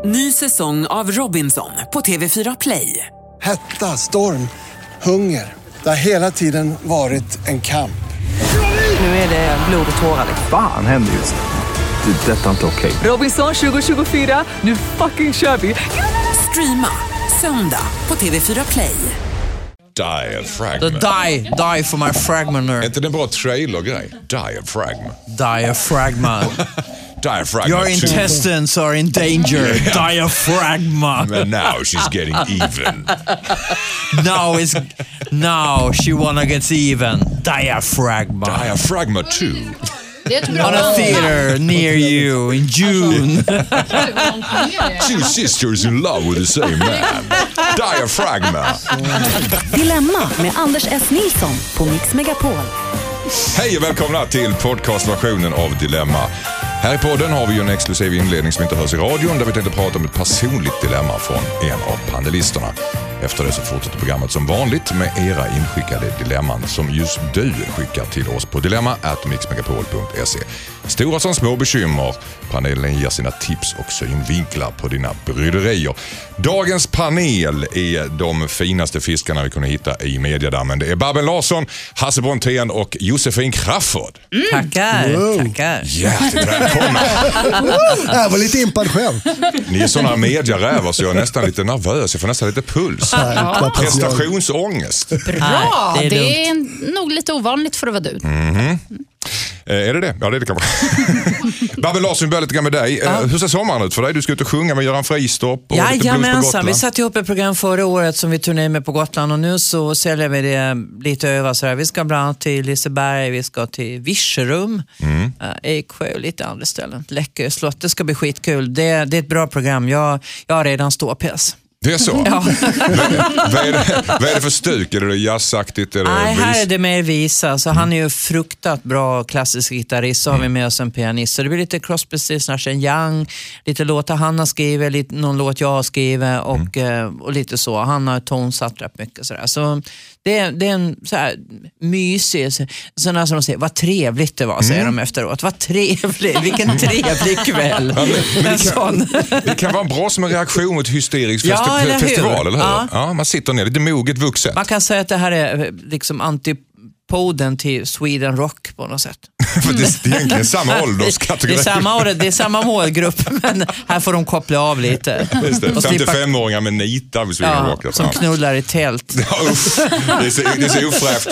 Ny säsong av Robinson på TV4 Play. Hetta, storm, hunger. Det har hela tiden varit en kamp. Nu är det blod och tårar. Fan händer just nu. Det. Detta är inte okej. Robinson 2024, nu fucking kör vi. Streama söndag på TV4 Play. Diaphragma. Die for my fragma. Är inte det en bra trailer-grej? Diaphragma. Diaphragma. Diaphragma. Your intestines are in danger. Diaphragma. And now she's getting even. Now she wanna get even. Diaphragma. Diaphragma 2. On a theater near you in June. Two sisters in love with the same man. Diaphragma. Dilemma med Anders S. Nilsson på Mix Megapol. Hej och välkomna till podcastversionen av Dilemma. Här i podden har vi ju en exklusiv inledning som inte hörs i radion, där vi tänkte prata om ett personligt dilemma från en av panelisterna. Efter det så fortsätter programmet som vanligt med era inskickade dilemman som just du skickar till oss på dilemma@mixmegapol.se. Stora som små bekymmer. Panelen ger sina tips och synvinklar på dina bryderier. Dagens panel är de finaste fiskarna vi kunde hitta i mediedammen. Det är Babben Larsson, Hasse Brontén och Josefin Crafoord. Tackar. Hjärtligt välkomna. Jag var lite impad själv. Ni är sådana medierävar så jag är nästan lite nervös. Jag får nästan lite puls. Prestationsångest. Bra, det är nog lite ovanligt för att vara du. Är det det? Ja, det är det kanske. Babben Larsson, börjar lite grann med dig. Hur ser sommaren ut för dig? Du ska ut och sjunga med Göran Fristopp och lite blues på Gotland. Vi satte ihop ett program förra året som vi turnerade med på Gotland och nu så säljer vi det lite över så här. Vi ska bland annat till Liseberg, vi ska till Virserum, Eksjö och lite andra ställen. Läckö slott, det ska bli skitkul. Det är ett bra program. Jag har redan ståpäls. Det är så? Ja. Vad är det för stuk? Är det jazzaktigt? Nej, här är det mer visa. Så han är ju fruktat bra klassisk gitarrist. Så har vi med oss en pianist. Så det blir lite Crosby, Stills, Nash & Young. Lite låtar han har skrivit, någon låt jag har skrivit och lite så. Han har tonsatt rätt mycket sådär. Så det är en så här mysig, sådana som de säger, vad trevligt det var, säger de efteråt. Vad trevligt, vilken trevlig kväll. Det kan vara bra som en reaktion mot hysterisk festival, eller hur? Ja, man sitter ner, lite moget vuxet. Man kan säga att det här är liksom antipoden till Sweden Rock på något sätt. För det är egentligen samma ålderskategori. Det är samma målgrupp, men här får de koppla av lite. 55-åringar med nitar vid Sweden Rock. Som knullar i tält. Ja, uff, det är så ofräscht.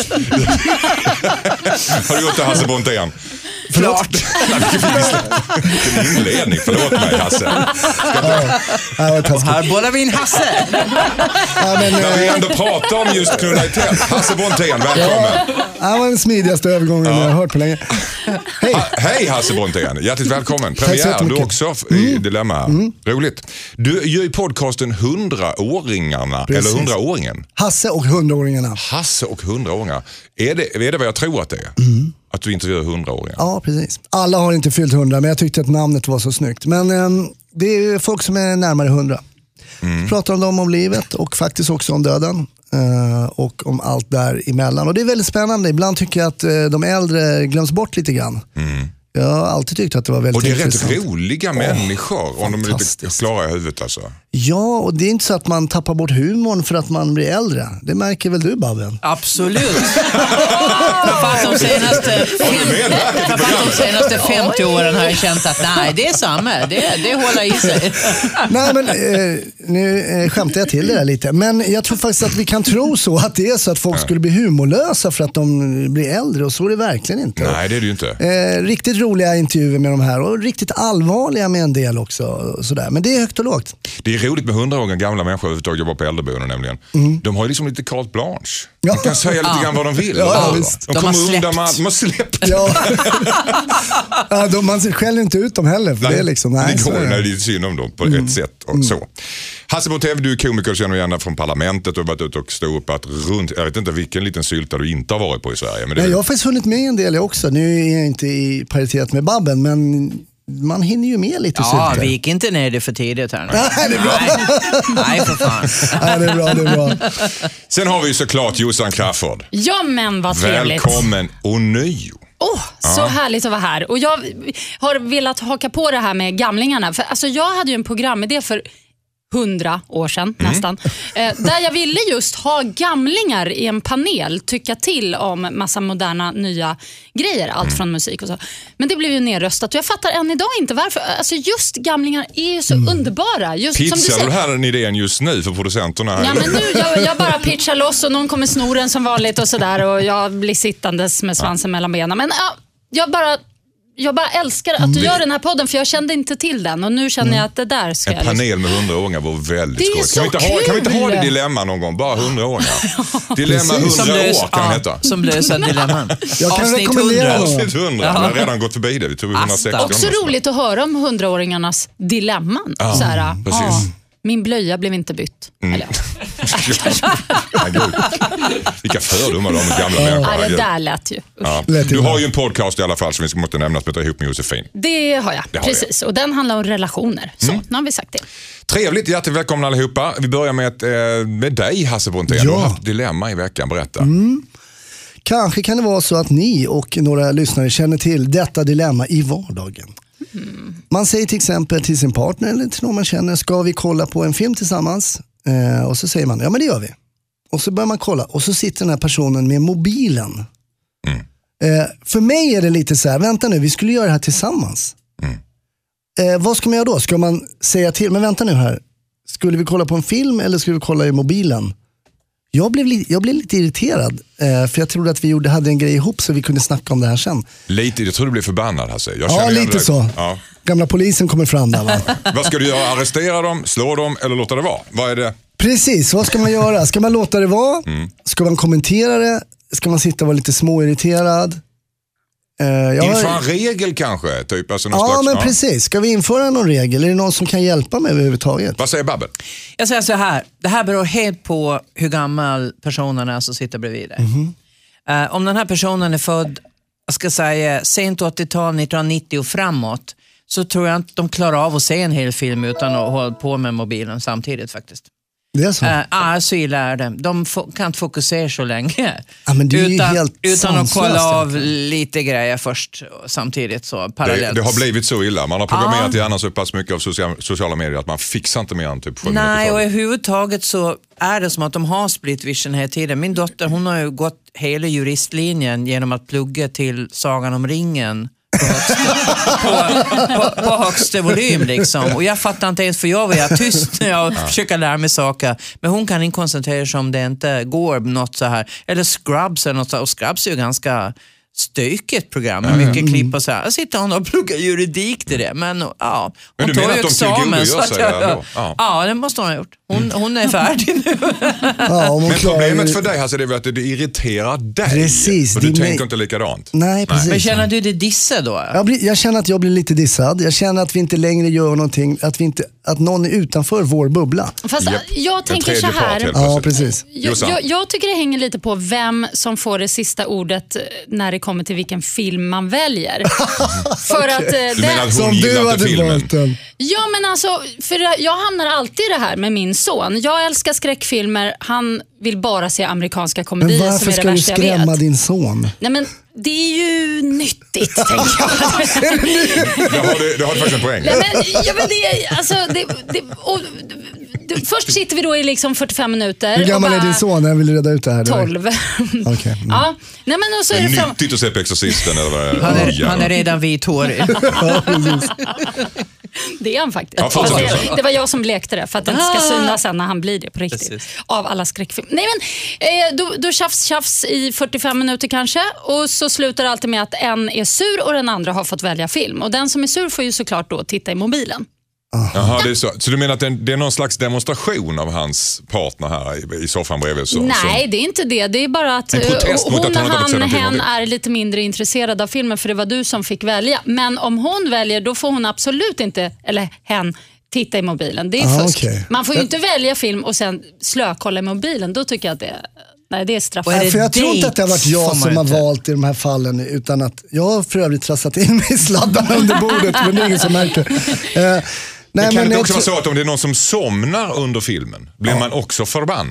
Har du gjort det, Hasse Brontén? Klart. Vilken inledning, förlåt mig Hasse. Och här bollar vi in Hasse. När vi ändå pratar om just knulla i tält. Hasse Brontén, välkommen. Det var den smidigaste övergången jag har hört på länge. Hej. Hej Hasse Brontén, hjärtligt välkommen. Premiär du också i Dilemma. Roligt. Du gör ju podcasten 100-åringarna. Eller 100-åringen. Hasse och 100-åringarna. Hasse och 100-åringar. Är det vad jag tror att det är? Att du intervjuar 100-åringar? Ja, precis. Alla har inte fyllt 100, men jag tyckte att namnet var så snyggt. Men det är folk som är närmare 100. Vi pratar om dem, om livet och faktiskt också om döden. Och om allt däremellan. Och det är väldigt spännande. Ibland tycker jag att de äldre glöms bort lite grann. Jag har alltid tyckt att det var väldigt intressant. Och det är rätt roliga människor om de är lite klara i huvudet alltså. Ja, och det är inte så att man tappar bort humorn för att man blir äldre. Det märker väl du, Babben? Absolut. För de senaste 50 åren har jag känt att nej, det är samma. Det håller i sig. Nej, men nu skämtar jag till det där lite. Men jag tror faktiskt att vi kan tro så att det är så att folk skulle bli humorlösa för att de blir äldre. Och så är det verkligen inte. Nej, det är det ju inte. Riktigt roliga intervjuer med de här och riktigt allvarliga med en del också. Sådär. Men det är högt och lågt. Det är roligt med 100-åriga gamla människor överhuvudtaget jobbar på äldreboenden nämligen. De har ju liksom lite carte blanche. De kan säga lite grann vad de vill. De kommer undan med allt. De har släppt. Man skäller inte ut dem heller. För nej, det är liksom, nej, det går när det är synd om dem på ett sätt. Och så. Hasse Brontén, du är komiker och känner gärna från parlamentet och varit ute och stå upp att runt, jag vet inte vilken liten sylta du inte har varit på i Sverige. Men det jag har faktiskt hunnit med en del också. Nu är jag inte i paritet med Babben, men man hinner ju med lite sylta. Ja, vi gick inte ner det för tidigt här nu. Nej, det är bra. Nej, för fan. Nej, det är bra. Sen har vi ju såklart Josefin Crafoord. Ja, men vad trevligt. Välkommen ånyo. Så härligt att vara här. Och jag har velat haka på det här med gamlingarna. För alltså, jag hade ju en programidé för 100 år sedan nästan. Där jag ville just ha gamlingar i en panel tycka till om massa moderna nya grejer. Allt från musik och så. Men det blev ju nedröstat. Och jag fattar än idag inte varför. Alltså just gamlingar är ju så underbara. Just, pitchar du här en idén just nu för producenterna? Här, ja, men nu, jag bara pitchar loss och någon kommer snoren som vanligt och sådär. Och jag blir sittandes med svansen mellan benen. Men jag bara älskar att du gör den här podden, för jag kände inte till den och nu känner jag att det där ska en panel med 100-åringar var väldigt skoj. Kan vi inte ha det dilemma någon gång? Bara 100-åringar. Dilemma 100 år kan det heta. Som löser dilemman. Jag kan rekommendera avsnitt 100. Jag har redan gått förbi det. Vi tog 160. Också roligt att höra om 100-åringarnas dilemman. Ja, så här, precis. Min blöja blev inte bytt. Eller? Vilka fördomar de har gamla människor. Det där lät ju. Ja. Du har ju en podcast i alla fall som vi måste nämna, som heter Ihop med Josefin. Det har jag, precis. Och den handlar om relationer. Så, nu har vi sagt det. Trevligt, hjärtligt välkomna allihopa. Vi börjar med dig, Hasse Brontén. Du har haft dilemma i veckan, berätta. Kanske kan det vara så att ni och några lyssnare känner till detta dilemma i vardagen. Man säger till exempel till sin partner eller till någon man känner, ska vi kolla på en film tillsammans? Och så säger man, ja men det gör vi. Och så börjar man kolla och så sitter den här personen med mobilen. För mig är det lite så här, vänta nu, vi skulle göra det här tillsammans. Vad ska man göra då? Ska man säga till, men vänta nu här, skulle vi kolla på en film eller skulle vi kolla i mobilen? Jag blev lite irriterad, för jag trodde att vi hade en grej ihop så vi kunde snacka om det här sen. Lite, jag tror du blev förbannad, Hasse. Ja, lite så. Ja. Gamla polisen kommer fram där, va? Vad ska du göra? Arrestera dem, slå dem eller låta det vara? Vad är det? Precis, vad ska man göra? Ska man låta det vara? Ska man kommentera det? Ska man sitta och vara lite småirriterad? Införa en regel kanske? Typ, alltså precis. Ska vi införa någon regel? Är det någon som kan hjälpa mig överhuvudtaget? Vad säger Babben? Jag säger så här. Det här beror helt på hur gammal personen är som sitter bredvid dig. Om den här personen är född, jag ska säga, sent 80-tal, 1990 och framåt, så tror jag inte de klarar av att se en hel film utan att hålla på med mobilen samtidigt faktiskt. Det är så? Så illa är det. De kan inte fokusera så länge. Ja, men det är ju helt utan att kolla av lite grejer först samtidigt så parallellt. Det har blivit så illa. Man har programmerat hjärnan så pass mycket av sociala medier att man fixar inte mer än typ 7 minuter. Nej, och överhuvudtaget så är det som att de har split vision hela tiden. Min dotter, hon har ju gått hela juristlinjen genom att plugga till Sagan om ringen på högsta volym liksom. Och jag fattar inte ens, för jag var tyst när jag försöker lära mig saker. Men hon kan inte koncentrera sig om det inte går något så här. Eller Scrubs eller något så här. Och Scrubs är ju ganska stökigt program med mycket klipp och så här. Jag sitter hon och pluggar juridik till det. Men ja, hon men tar menar ju att de examen. Så att ja, det måste hon ha gjort. Hon är färdig nu. Men problemet för dig, alltså, det är att det irriterar dig. Precis. Och du tänker inte likadant. Nej, precis. Men känner du det dissa då? Jag känner att jag blir lite dissad. Jag känner att vi inte längre gör någonting, att någon är utanför vår bubbla. Fast jag tänker så här. Ja, precis. Jag tycker det hänger lite på vem som får det sista ordet när det kommer till vilken film man väljer. För att du menar att hon gillar inte filmen? Ja, men alltså, för jag hamnar alltid i det här med min son. Jag älskar skräckfilmer. Han vill bara se amerikanska komedier. Men varför ska du skrämma din son? Nej, men det är ju nyttigt, tänker jag. Det har faktiskt en poäng. Nej, men, först sitter vi då i liksom 45 minuter. Hur gammal är din son? Jag vill reda ut det här. 12. Okay. Ja. Nej, men och så är det nyttigt att se på Exorcisten. Eller vad han är redan vithårig. Det är han faktiskt. Ja, det var jag som lekte det för att det inte ska synas sen när han blir det på riktigt. Precis. Av alla skräckfilm. Nej, men då tjafs i 45 minuter kanske, och så slutar det alltid med att en är sur och den andra har fått välja film. Och den som är sur får ju såklart då titta i mobilen. Jaha, det är så. Så du menar att det är någon slags demonstration av hans partner här i soffan bredvid? Nej, det är inte det. Det är bara att hen är lite mindre intresserad av filmen, för det var du som fick välja. Men om hon väljer, då får hon absolut inte, eller hen, titta i mobilen. Det är fusk. Okay. Man får ju inte välja film och sen slökolla i mobilen. Då tycker jag att det är straffbart. För jag tror inte att det har varit jag som har valt i de här fallen, utan att jag har för övrigt trassat in mig i sladdarna under bordet, men det är ingen som märker. Nej, men kan det också vara så att om det är någon som somnar under filmen, blir man också förbannad?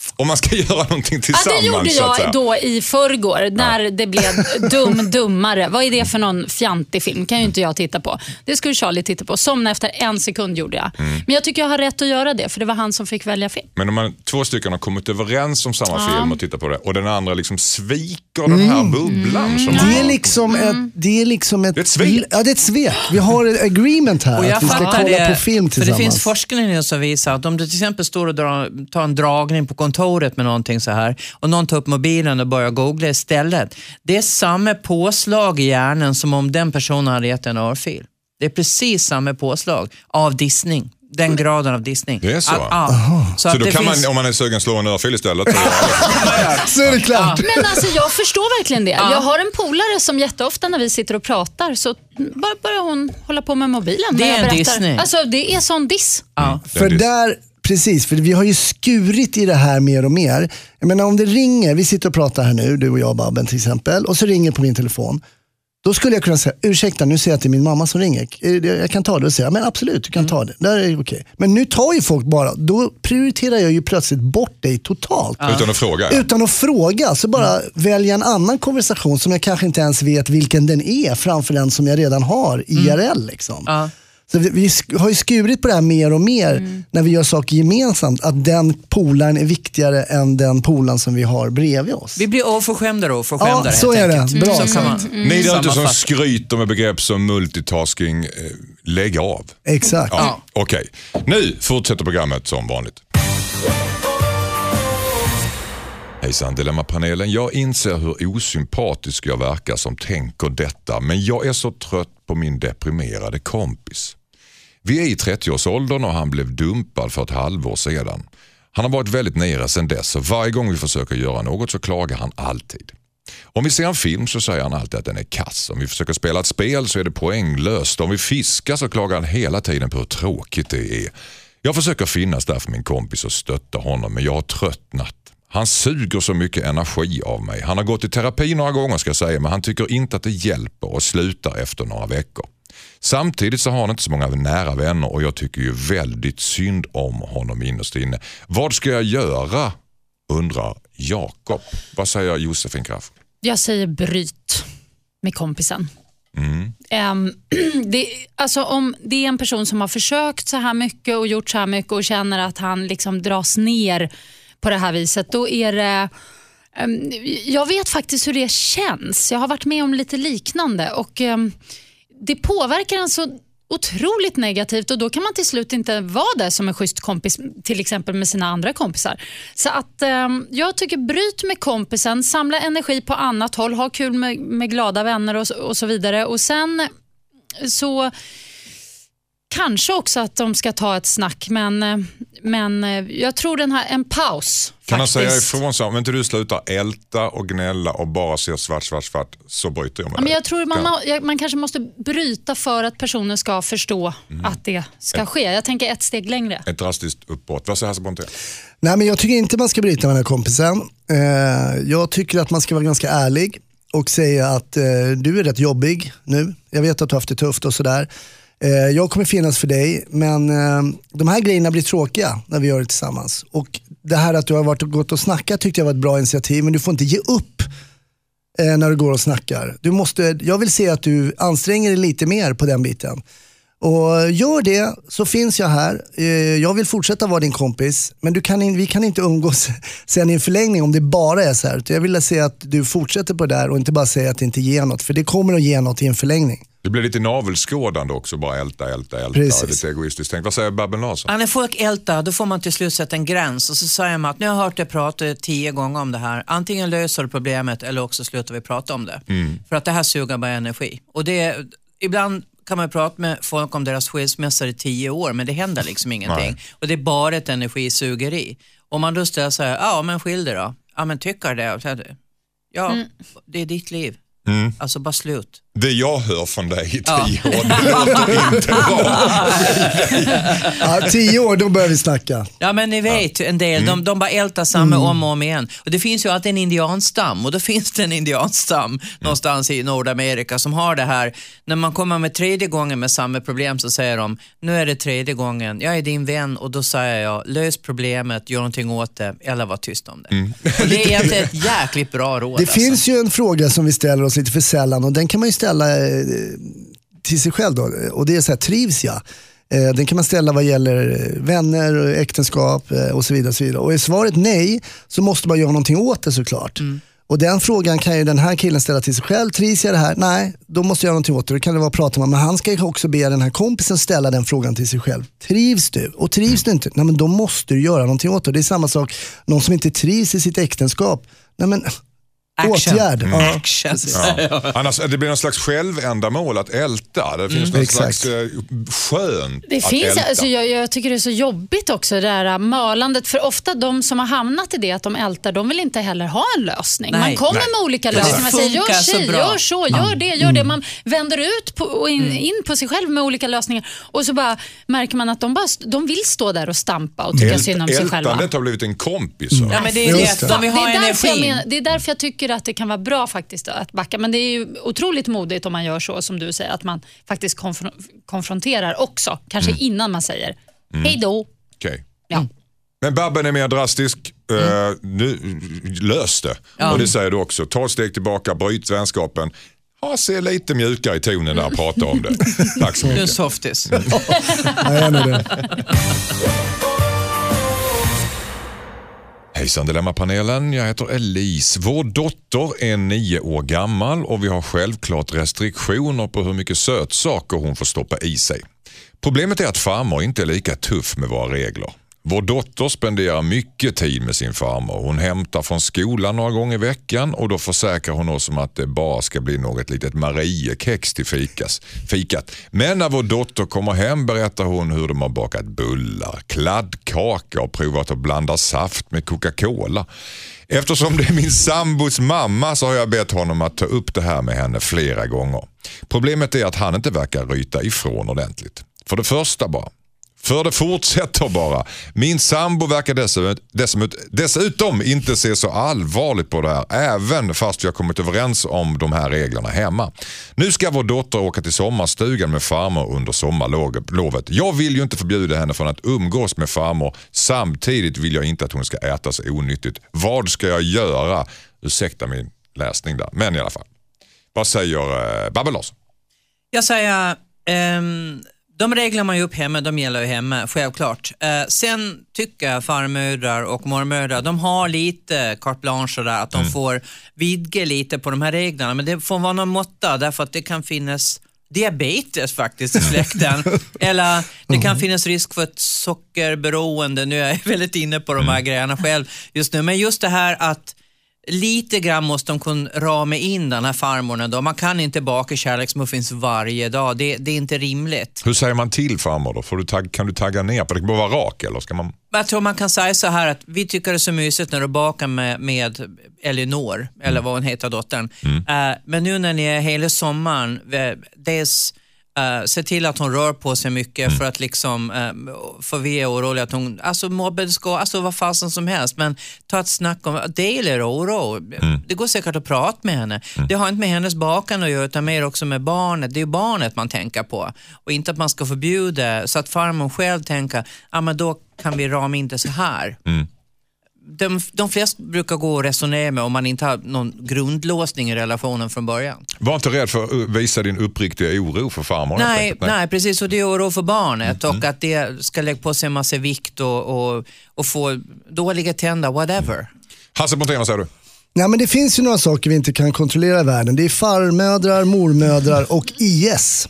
Om man ska göra någonting tillsammans. Ja, det gjorde jag då i förrgår när det blev dummare. Vad är det för någon fjantig film? Kan ju inte jag titta på. Det skulle Charlie titta på. Somna efter 1 sekund gjorde jag. Men jag tycker jag har rätt att göra det, för det var han som fick välja film. Men om man 2 stycken har kommit överens om samma film och tittar på det, och den andra liksom sviker den här bubblan. Som det är liksom ett... Det är ett svek. Ja, det är ett svek. Vi har ett agreement här. Och jag att vi ska fattar kolla det, på film för tillsammans. det finns forskning som visar att om du till exempel står och tar en dragning på kontoret med någonting så här, och någon tar upp mobilen och börjar googla istället. Det är samma påslag i hjärnan som om den personen hade gett en örfil. Det är precis samma påslag av dissning. Den graden av dissning. Det är så? Så då det kan finns... man, om man är sugen, slå en örfil istället. Så är det klart. Men alltså jag förstår verkligen det. Jag har en polare som jätteofta när vi sitter och pratar så börjar hon hålla på med mobilen. Det är en dissning. Alltså det är sån diss. För där, precis, för vi har ju skurit i det här mer och mer. Jag menar om det ringer, vi sitter och pratar här nu, du och jag Babben till exempel, och så ringer på min telefon. Då skulle jag kunna säga, ursäkta, nu ser jag att det är min mamma som ringer. Jag kan ta det och säga, men absolut, du kan ta det. Där är okej. Men nu tar ju folk bara, då prioriterar jag ju plötsligt bort dig totalt. Utan att fråga. Utan att fråga, så bara välja en annan konversation som jag kanske inte ens vet vilken den är framför den som jag redan har IRL liksom. Så vi har ju skurit på det här mer och mer när vi gör saker gemensamt, att den polaren är viktigare än den polaren som vi har bredvid oss. Vi blir oförskämdare och oförskämdare. Ja, så är det. Bra sagt. Ni där ute som skryter med begrepp som multitasking, lägg av. Exakt. Ja, okej. Nu fortsätter programmet som vanligt. Hejsan Dilemma-panelen. Jag inser hur osympatisk jag verkar som tänker detta, men jag är så trött på min deprimerade kompis. Vi är i 30-årsåldern och han blev dumpad för ett halvår sedan. Han har varit väldigt nere sedan dess och varje gång vi försöker göra något så klagar han alltid. Om vi ser en film så säger han alltid att den är kass. Om vi försöker spela ett spel så är det poänglöst. Om vi fiskar så klagar han hela tiden på hur tråkigt det är. Jag försöker finnas där för min kompis och stötta honom, men jag har tröttnat. Han suger så mycket energi av mig. Han har gått i terapi några gånger ska jag säga, men han tycker inte att det hjälper och slutar efter några veckor. Samtidigt så har han inte så många nära vänner och jag tycker ju väldigt synd om honom innerst inne. Vad ska jag göra? Undrar Jakob. Vad säger Josefin Kraft? Jag säger bryt med kompisen. Alltså om det är en person som har försökt så här mycket och gjort så här mycket och känner att han liksom dras ner på det här viset, då är det... Jag vet faktiskt hur det känns. Jag har varit med om lite liknande och det påverkar en så otroligt negativt och då kan man till slut inte vara där som en schysst kompis till exempel med sina andra kompisar. Så att jag tycker bryt med kompisen, samla energi på annat håll, ha kul med glada vänner och så vidare, och sen så kanske också att de ska ta ett snack, men jag tror en paus. Kan han faktiskt. säga ifrån så, om inte du slutar älta och gnälla och bara ser svart, så bryter jag med det. Men jag tror man kanske måste bryta för att personen ska förstå att det ska ske. Jag tänker ett steg längre. Ett drastiskt uppbrott. Vad säger Hasse Brontén? Nej, men jag tycker inte man ska bryta med den här kompisen. Jag tycker att man ska vara ganska ärlig och säga att du är rätt jobbig nu. Jag vet att du har haft det tufft och sådär. Jag kommer finnas för dig, men de här grejerna blir tråkiga när vi gör det tillsammans. Och det här att du har varit och gått och snackat tyckte jag var ett bra initiativ, men du får inte ge upp när du går och snackar. Jag vill se att du anstränger dig lite mer på den biten. Och gör det så finns jag här. Jag vill fortsätta vara din kompis, men vi kan inte umgås sen i en förlängning om det bara är så här. Jag vill se att du fortsätter på det där och inte bara säga att det inte ger något, för det kommer att ge något i en förlängning. Det blir lite navelskådande också, bara älta. Precis. Lite egoistiskt tänkt. Vad säger Babben Larsson? När folk ältar, då får man till slut sätta en gräns och så säger man att nu har jag hört dig prata 10 gånger om det här. Antingen löser du problemet eller också slutar vi prata om det. För att det här suger bara energi. Och ibland kan man prata med folk om deras skilsmässor i 10 år, men det händer liksom ingenting. Nej. Och det är bara ett energisugeri. Om man då ställer sig, ja men skilj dig då. Ja men tycker det. Ja, det är ditt liv. Alltså bara slut. Det jag hör från dig i 10 år, det låter inte bra. Ja, 10 år, då börjar vi snacka. Ja, men ni vet en del, de bara ältar samma om och om igen. Och det finns ju alltid en indianstam, och då finns det en indianstam någonstans i Nordamerika som har det här. När man kommer med 3:e gången med samma problem så säger de, nu är det 3:e gången, jag är din vän, och då säger jag, lös problemet, gör någonting åt det, eller var tyst om det. Och det är egentligen ett jäkligt bra råd. Det finns ju en fråga som vi ställer oss lite för sällan, och den kan man ju ställa till sig själv då, och det är så här, trivs jag? Den kan man ställa vad gäller vänner, äktenskap och så vidare, och så vidare. Och är svaret nej, så måste man göra någonting åt det såklart. Och den frågan kan ju den här killen ställa till sig själv. Trivs jag det här? Nej, då måste jag göra någonting åt det. Då kan det vara att prata med. Men han ska ju också be den här kompisen ställa den frågan till sig själv. Trivs du? Och trivs du inte? Nej, men då måste du göra någonting åt det. Det är samma sak, någon som inte trivs i sitt äktenskap. Nej, men åtgärd. Action. Ja. Annars det blir någon slags självändamål att älta. Det finns någon slags skönt det att finns, älta. alltså, jag tycker det är så jobbigt också det där malandet. För ofta de som har hamnat i det att de ältar, de vill inte heller ha en lösning. Nej. Man kommer med olika lösningar. Man säger, gör så, gör det. Man vänder ut på, och in på sig själv med olika lösningar. Och så bara märker man att de vill stå där och stampa och tycka synd om sig själva. Ältandet har blivit en kompis. Ja, men det är det. De vill ha energi. Det är därför jag tycker att det kan vara bra faktiskt att backa. Men det är ju otroligt modigt om man gör så som du säger, att man faktiskt konfronterar också. Kanske innan man säger hej då. Okej. Ja. Men Babben är mer drastisk. Nu lös det. Och det säger du också. Ta ett steg tillbaka, bryt vänskapen. Se lite mjukare i tonen där och prata om det. Tack så mycket. Du är softis. Hejsan Dilemma-panelen, jag heter Elise. Vår dotter är 9 år gammal och vi har självklart restriktioner på hur mycket sötsaker hon får stoppa i sig. Problemet är att farmor inte är lika tuff med våra regler. Vår dotter spenderar mycket tid med sin farmor. Hon hämtar från skolan några gånger i veckan och då försäkrar hon oss om att det bara ska bli något litet Mariekex till fikat. Men när vår dotter kommer hem berättar hon hur de har bakat bullar, kladdkaka och provat att blanda saft med Coca-Cola. Eftersom det är min sambos mamma så har jag bett honom att ta upp det här med henne flera gånger. Problemet är att han inte verkar ryta ifrån ordentligt. För det första bara. För det fortsätter bara. Min sambo verkar dessutom inte se så allvarligt på det här, även fast vi har kommit överens om de här reglerna hemma. Nu ska vår dotter åka till sommarstugan med farmor under sommarlovet. Jag vill ju inte förbjuda henne från att umgås med farmor. Samtidigt vill jag inte att hon ska äta sig onyttigt. Vad ska jag göra? Ursäkta min läsning där, men i alla fall. Vad säger Babben Larsson? Jag säger... De regler man ju upp hemma, de gäller ju hemma, självklart. Sen tycker jag farmödrar och mormödrar, de har lite carte blanche där, att de får vidga lite på de här reglerna. Men det får vara någon måtta, därför att det kan finnas diabetes faktiskt i släkten. Eller det kan finnas risk för ett sockerberoende. Nu är jag väldigt inne på de här grejerna själv just nu. Men just det här att lite grann måste de kunna rama in den här farmorna då. Man kan inte baka kärleksmuffins varje dag. Det är inte rimligt. Hur säger man till farmor då? Kan du tagga ner på det? Det kan bara vara rak eller ska man... Jag tror man kan säga så här att vi tycker det är så mysigt när du bakar med Elinor, eller vad hon heter, dottern. Men nu när ni är hela sommaren, dels se till att hon rör på sig mycket för att liksom, för vi är oroliga att hon, alltså mobbet ska, alltså vad fasen som helst, men ta ett snack om, del er oro. Det går säkert att prata med henne. Det har inte med hennes bakande att göra, utan mer också med barnet. Det är ju barnet man tänker på. Och inte att man ska förbjuda, så att farmor själv tänker, men då kan vi rama inte så här. De flesta brukar gå och resonera med om man inte har någon grundlåsning i relationen från början. Var inte rädd för att visa din uppriktiga oro för farmor. Nej, precis. Och det är oro för barnet och att det ska lägga på sig en massa vikt och få dåliga tänder, whatever. Hasse Montén, vad säger du? Nej, men det finns ju några saker vi inte kan kontrollera i världen. Det är farmödrar, mormödrar och IS. I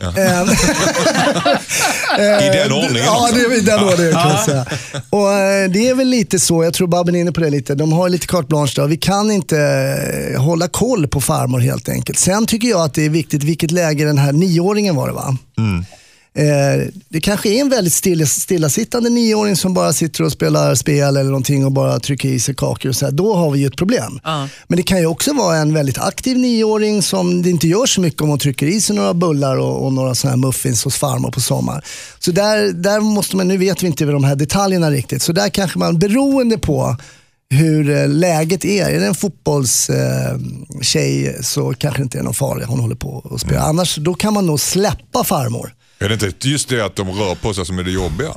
den ordningen Ja, det är i den ordningen kan jag säga. Och det är väl lite så, jag tror Babben är inne på det lite. De har lite carte blanche där. Vi kan inte hålla koll på farmor helt enkelt. Sen tycker jag att det är viktigt vilket läge den här 9-åringen var det, va? Det kanske är en väldigt stillasittande 9-åring som bara sitter och spelar spel eller någonting och bara trycker i sig kakor och så här. Då har vi ju ett problem. Men det kan ju också vara en väldigt aktiv 9-åring som det inte gör så mycket om man trycker i sig några bullar och några såna här muffins hos farmor på sommar. Så där måste man, nu vet vi inte de här detaljerna riktigt, så där kanske man, beroende på hur läget är det en fotbollstjej så kanske det inte är någon farlig hon håller på att spela. Annars då kan man nog släppa farmor. Är det inte just det att de rör på sig som är det jobbiga?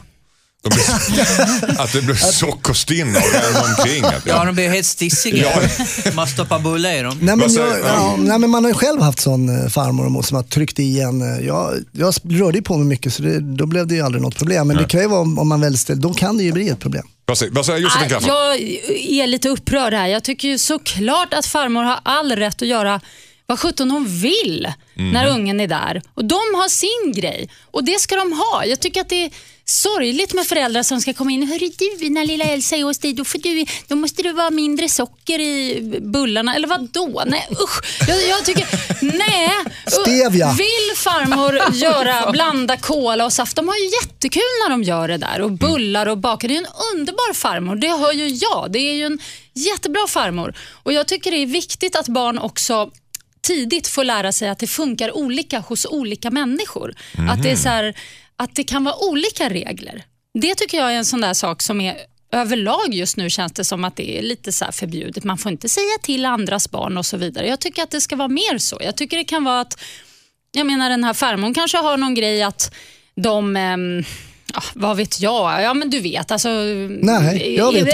Att det blir sockerstinn och omkring. Ja, de blir helt stissiga. Man stoppar bullar i dem. Nej, men man har ju själv haft sån farmor som har tryckt i en. Jag rörde ju på mig mycket så då blev det ju aldrig något problem. Men det kan ju vara om man väl ställer, då kan det ju bli ett problem. Vad säger Josefin Crafoord? Jag är lite upprörd här. Jag tycker ju såklart att farmor har all rätt att göra vad 17 hon vill när ungen är där. Och de har sin grej. Och det ska de ha. Jag tycker att det är sorgligt med föräldrar som ska komma in. Hörru du, när lilla Elsa är hos dig, då måste det vara mindre socker i bullarna. Eller vad då? Nej, usch. Jag tycker, nej. Stevia. Vill farmor blanda kola och saft? De har ju jättekul när de gör det där. Och bullar och bakar. Det är en underbar farmor. Det hör ju jag. Det är ju en jättebra farmor. Och jag tycker det är viktigt att barn också tidigt får lära sig att det funkar olika hos olika människor. Att det är så här, att det kan vara olika regler. Det tycker jag är en sån där sak som är överlag just nu, känns det som att det är lite så här förbjudet. Man får inte säga till andras barn och så vidare. Jag tycker att det ska vara mer så. Jag tycker det kan vara att, jag menar den här farmor kanske har någon grej att de... vad vet jag? Ja, men du vet. Alltså, nej, jag vet inte.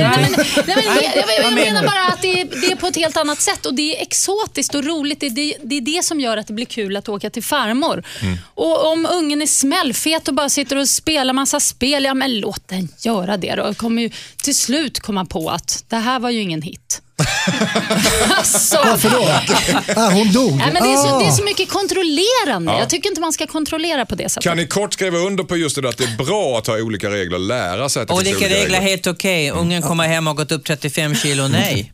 Jag menar bara att det är på ett helt annat sätt. Och det är exotiskt och roligt. Det är det som gör att det blir kul att åka till farmor. Och om ungen är smällfet och bara sitter och spelar massa spel, ja men låt den göra det då. Kommer ju till slut komma på att det här var ju ingen hit. Alltså. Varför då? Hon dog. Ja, men det är så mycket kontrollerande. Jag tycker inte man ska kontrollera på det sättet. Kan ni kort skriva under på just det där att det är bra att ha olika regler och lära sig att det finns olika regler är helt okej. Ungen kommer hem och gått upp 35 kilo, nej.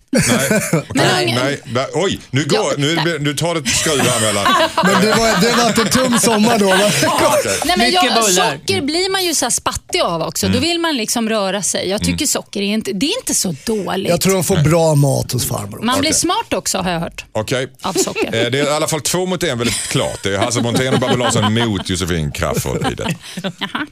Nej. Oj, nu tar det ett skruv här mellan. Men det var en tung sommar då, va? Nej, men socker blir man ju så här spattig av också. Då vill man liksom röra sig. Jag tycker socker är inte så dåligt. Jag tror de får bra mat hos farmor. Man blir smart också, har jag hört. Okej. Av socker. Det är i alla fall 2-1 väldigt klart. Det är Hasse Montén och Babben Larsson mot Josefin Crafoord i det. Jaha.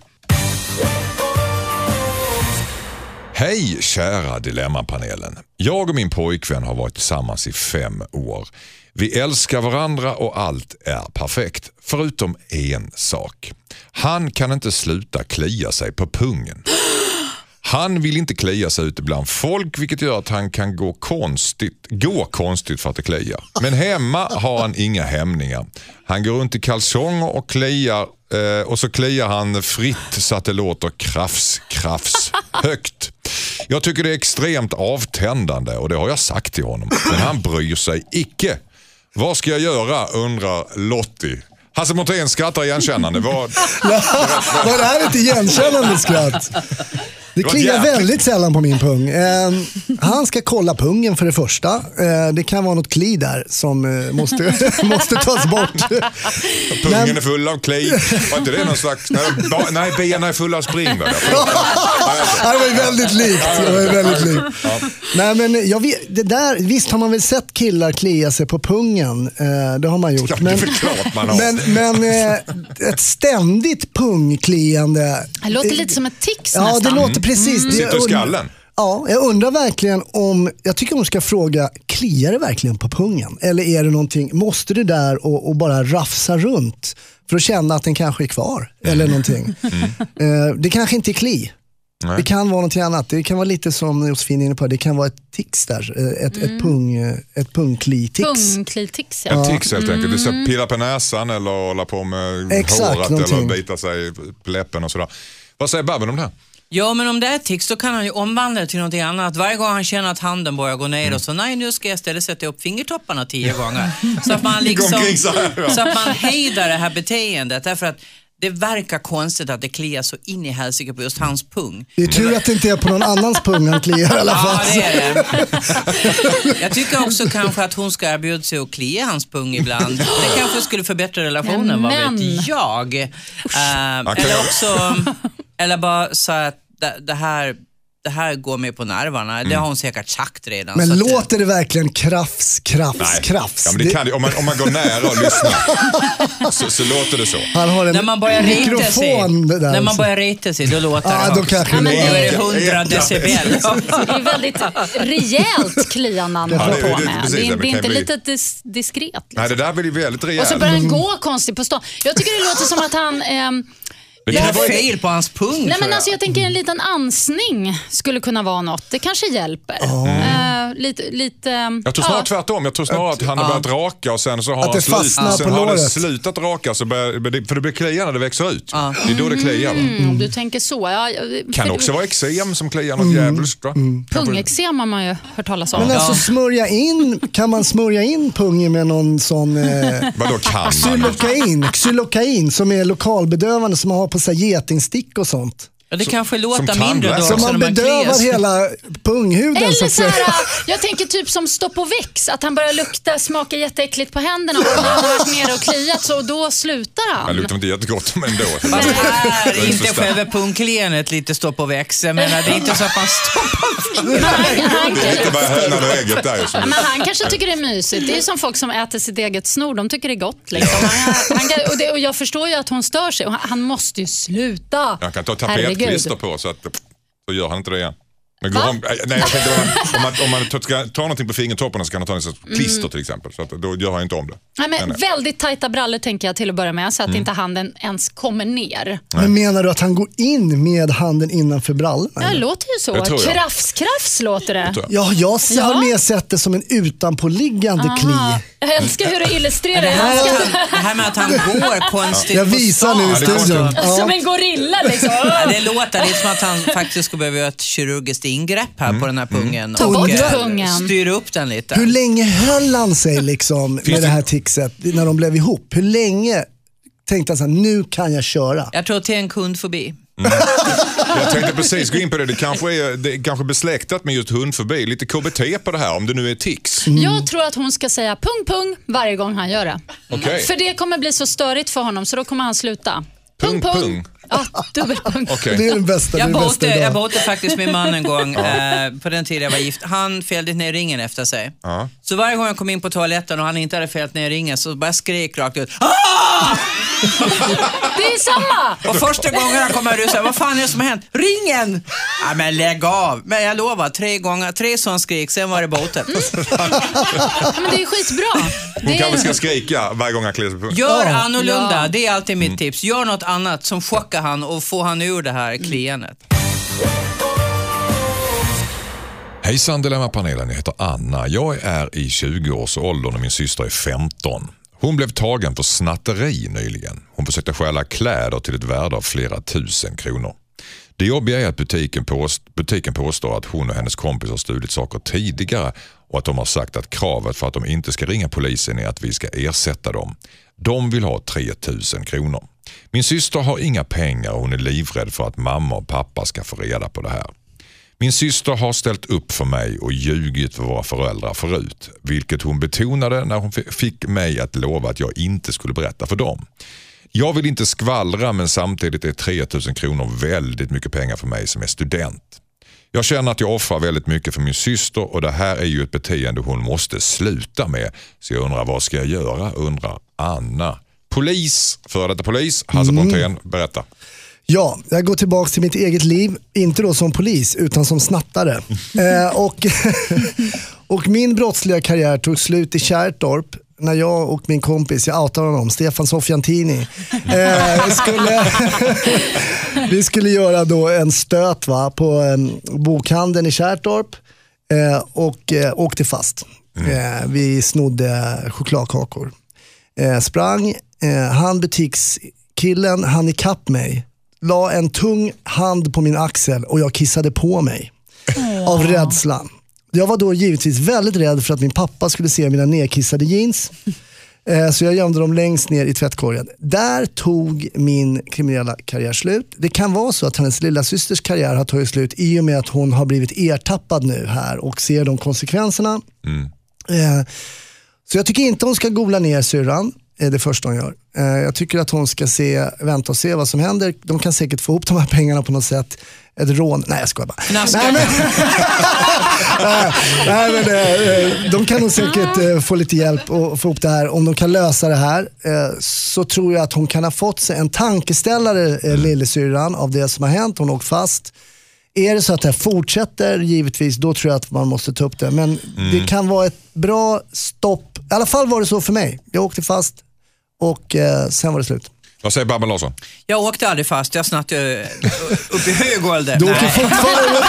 Hej kära Dilemmapanelen. Jag och min pojkvän har varit tillsammans i 5 år. Vi älskar varandra och allt är perfekt. Förutom en sak. Han kan inte sluta klia sig på pungen. Han vill inte klia sig ute bland folk, vilket gör att han kan gå konstigt för att det kliar. Men hemma har han inga hämningar. Han går runt i kalsonger och kliar, och så kliar han fritt så att det låter krafs högt. Jag tycker det är extremt avtändande och det har jag sagt till honom. Men han bryr sig icke. Vad ska jag göra, undrar Lottie. Hasse Montén skrattar igenkännande. Var det här inte igenkännande skratt? Det kliar väldigt sällan på min pung. Han ska kolla pungen för det första. Det kan vara något kli där som måste tas bort. Pungen är full av kli. Var inte det någon slags... Nej, benen är fulla av spring. Det var ju väldigt likt. Nej, men jag vet, det där, visst har man väl sett killar klia sig på pungen. Det har man gjort. Ja, det är klart man har. Men ett ständigt pungkliande. Det låter lite som ett tics nästan. Ja, det låter precis. Sitter i skallen. Ja, jag undrar verkligen jag tycker hon ska fråga, kliar det verkligen på pungen? Eller är det någonting, måste det där och bara rafsa runt för att känna att den kanske är kvar? Eller någonting. Det kanske inte är kli. Nej. Det kan vara någonting annat. Det kan vara lite som Josefin är inne på. Det kan vara ett tics där. Ett pungkli-tics. Pungkli-tics, ja. En tics helt enkelt. Det är pilla på näsan eller hålla på med håret någonting. Eller bita sig på läppen och sådär. Vad säger Babben om det här? Ja, men om det är tics då kan han ju omvandla det till något annat. Varje gång han känner att handen börjar gå ner och så nej, nu ska jag istället sätta upp fingertopparna 10 gånger. Så att man liksom, så att man hejdar det här beteendet. Därför att Det verkar konstigt att det kliar så in i helsike på just hans pung. Det är tur att det inte är på någon annans pung han kliar i alla fall. Ja, det är det. Jag tycker också kanske att hon ska erbjuda sig att klia hans pung ibland. Det kanske skulle förbättra relationen, vad vet jag. Eller också, eller bara så att det här går med på nervarna. Det har hon säkert sagt redan. Men så låter det verkligen krafs? Ja, men det kan det. Om man går nära och lyssnar så låter det så. Han har en när man börjar rita sig, då låter det då kanske då är det 100 decibel. Det är väldigt rejält kliande han håller på med. Precis, det är inte lite diskret. Liksom. Nej, det där blir ju väldigt rejält. Och så börjar han gå konstigt på stan. Jag tycker det låter som att han... Det är fel på hans pung. Nej, men alltså, jag tänker en liten ansning skulle kunna vara något. Det kanske hjälper. Lite, jag tror snarare tvärtom. Jag tror snarare att han har börjat raka och sen så har han slutat raka för det blir kliar när det växer ut. Det är då det kliar. Om du tänker så. Kan också vara eksem som kliar något jävligt. Pungexem har man ju hört talas om. Men alltså kan man smörja in pungen med någon sån vadå kan man? Xylokain som är lokalbedövande som man har på så getingstick och sånt. Ja, det kanske låter mindre då. Så man bedövar hela punghuden. Eller så här, jag tänker typ som stopp och väx. Att han börjar smaka jätteäckligt på händerna och han har varit nere och kliat så och då slutar han. Det luktar inte jättegott men ändå. Det är inte själva pungklenet lite stopp och väx. Jag menar, det är inte så att man stoppar fingrarna. Det är inte bara hönan och ägget där. Men han kanske tycker det är mysigt. Det är som folk som äter sitt eget snor. De tycker det är gott. Liksom. Och jag förstår ju att hon stör sig. Och han måste ju sluta. Jag kan ta tapetklister på så gör han inte det igen. Men jag tänkte om man ska ta någonting på fingertopparna så kan han ta en klister till exempel. Så att då gör han inte om det. Nej, men väldigt tajta brallor tänker jag till att börja med så att inte handen ens kommer ner. Men menar du att han går in med handen innanför brallorna? Ja, det låter ju så. Krafs låter det. Ja, jag har mer sett det som en utanpåliggande kli. Jag älskar hur du illustrerar det. här med att han går konstigt. Jag visar nu i studion. Som en gorilla liksom. Det låter lite som att han faktiskt skulle behöva göra ett kirurgiskt ingrepp här på den här pungen. Ta bort pungen. Styra upp den lite. Hur länge höll han sig liksom med det här tixet när de blev ihop? Hur länge tänkte han så här, nu kan jag köra? Jag tror till en kund förbi. Jag tänkte precis gå in på det. Det kanske besläktat med just hund förbi. Lite KBT på det här om det nu är tics. Jag tror att hon ska säga pung pung varje gång han gör det. Okay. För det kommer bli så störigt för honom så då kommer han sluta. Pung pung. Ja, dubbelpung. Okay. Det är den bästa. Jag båtade faktiskt min man en gång på den tiden jag var gift. Han fällde ner ringen efter sig. Så varje gång jag kom in på toaletten och han inte hade fällt ner ringen så bara skrek rakt ut. Ah! Det är samma! Och första gången han kom ut och sa, vad fan är det som har hänt? Ringen! Ja, men lägg av. Men jag lovar, 3 sån skrik, sen var det båten. Men det är skitbra. Hon kanske ska skrika varje gång han klär sig på. Gör annorlunda, det är alltid mitt tips. Gör något annat som chockar han och får han ur det här klientet. Hejsan Dilemma-panelen, jag heter Anna. Jag är i 20-årsåldern och min syster är 15. Hon blev tagen för snatteri nyligen. Hon försökte stjäla kläder till ett värde av flera 1000 kronor. Det jobbiga är att butiken påstår att hon och hennes kompis har stulit saker tidigare och att de har sagt att kravet för att de inte ska ringa polisen är att vi ska ersätta dem. De vill ha 3000 kronor. Min syster har inga pengar och hon är livrädd för att mamma och pappa ska få reda på det här. Min syster har ställt upp för mig och ljugit för våra föräldrar förut, vilket hon betonade när hon fick mig att lova att jag inte skulle berätta för dem. Jag vill inte skvallra men samtidigt är 3000 kronor väldigt mycket pengar för mig som är student. Jag känner att jag offrar väldigt mycket för min syster och det här är ju ett beteende hon måste sluta med. Så jag undrar, vad ska jag göra? Undrar Anna. Polis, före detta polis, Hasse Brontén, berätta. Ja, jag går tillbaka till mitt eget liv, inte då som polis utan som snattare. Och min brottsliga karriär tog slut i Kärrtorp när jag och min kompis, jag outade honom, Stefan Sofiantini, vi skulle göra då en stöt på bokhandeln i Kärrtorp och åkte fast. Vi snodde chokladkakor. Sprang, butikskillen, han ikapp mig. La en tung hand på min axel och jag kissade på mig av rädslan. Jag var då givetvis väldigt rädd för att min pappa skulle se mina nedkissade jeans. Så jag gömde dem längst ner i tvättkorgen. Där tog min kriminella karriär slut. Det kan vara så att hennes lilla systers karriär har tagit slut i och med att hon har blivit ertappad nu här och ser de konsekvenserna. Så jag tycker inte hon ska googla ner syrran. Det första hon gör. Jag tycker att hon ska vänta och se vad som händer. De kan säkert få ihop de här pengarna på något sätt. Ett rån. Nej, jag skojar bara. De kan nog säkert få lite hjälp och få ihop det här. Om de kan lösa det här så tror jag att hon kan ha fått sig en tankeställare, lillasyrran, av det som har hänt. Hon åkt fast. Är det så att det här fortsätter, givetvis, då tror jag att man måste ta upp det. Men det kan vara ett bra stopp. I alla fall var det så för mig. Jag åkte fast och sen var det slut. Vad säger Babben Larsson? Jag åkte aldrig fast, jag snattade upp i hög ålder. Du åker fortfarande...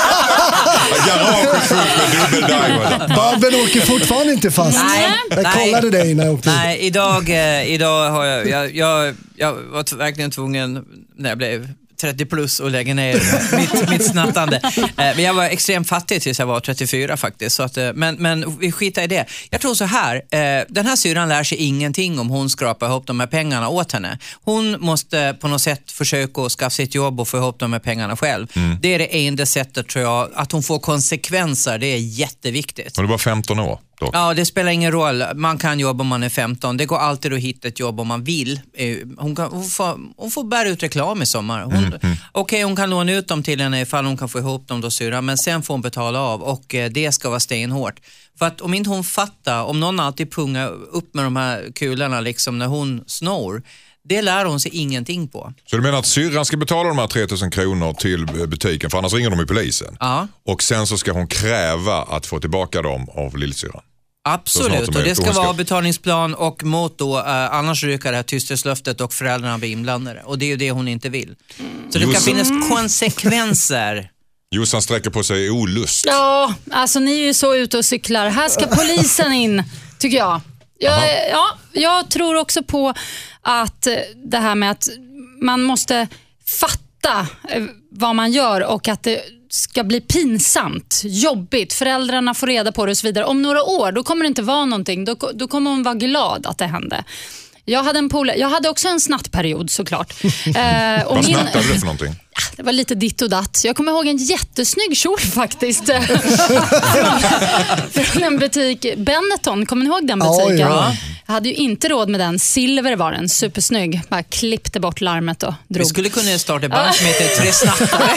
Garaget fullt med dubbeldiamond. Babben åker fortfarande inte fast. Jag kollade dig när jag åkte. Nej, idag har jag var verkligen tvungen när jag blev 30 plus och lägga ner mitt snattande. Men jag var extremt fattig tills jag var 34 faktiskt. Så att, men vi skitar i det. Jag tror så här, den här syran lär sig ingenting om hon skrapar ihop de här pengarna åt henne. Hon måste på något sätt försöka att skaffa sitt jobb och få ihop de här pengarna själv. Det är det enda sättet, tror jag, att hon får konsekvenser. Det är jätteviktigt. Och det var 15 år. Ja, det spelar ingen roll. Man kan jobba om man är 15. Det går alltid att hitta ett jobb om man vill. Hon får bära ut reklam i sommar. Hon kan låna ut dem till henne ifall hon kan få ihop dem då, syra. Men sen får hon betala av och det ska vara stenhårt. För att om inte hon fattar, om någon alltid pungar upp med de här kulorna liksom när hon snor, det lär hon sig ingenting på. Så du menar att syrran ska betala de här 3000 kronor till butiken, för annars ringer de i polisen? Ja. Och sen så ska hon kräva att få tillbaka dem av lillsyrran? Absolut, och det ska vara betalningsplan och mot då, annars ryker det här tysthetslöftet och föräldrarna blir inblandade. Och det är ju det hon inte vill. Så det kan finnas konsekvenser. Jossan sträcker på sig i olust. Ja, alltså ni är ju så ute och cyklar. Här ska polisen in, tycker jag. Jag tror också på att det här med att man måste fatta vad man gör och att det ska bli pinsamt, jobbigt, föräldrarna får reda på det och så vidare. Om några år, då kommer det inte vara någonting. Då kommer hon vara glad att det hände. Jag hade också en snattperiod såklart. Vad snattade du för någonting? Det var lite ditt och datt. Jag kommer ihåg en jättesnygg kjol faktiskt. Från en butik, Benetton, kommer ni ihåg den butiken? Ja. Jag hade ju inte råd med den. Silver var den, supersnygg. Bara klippte bort larmet och drog. Vi skulle kunna starta band som heter Tre snattare.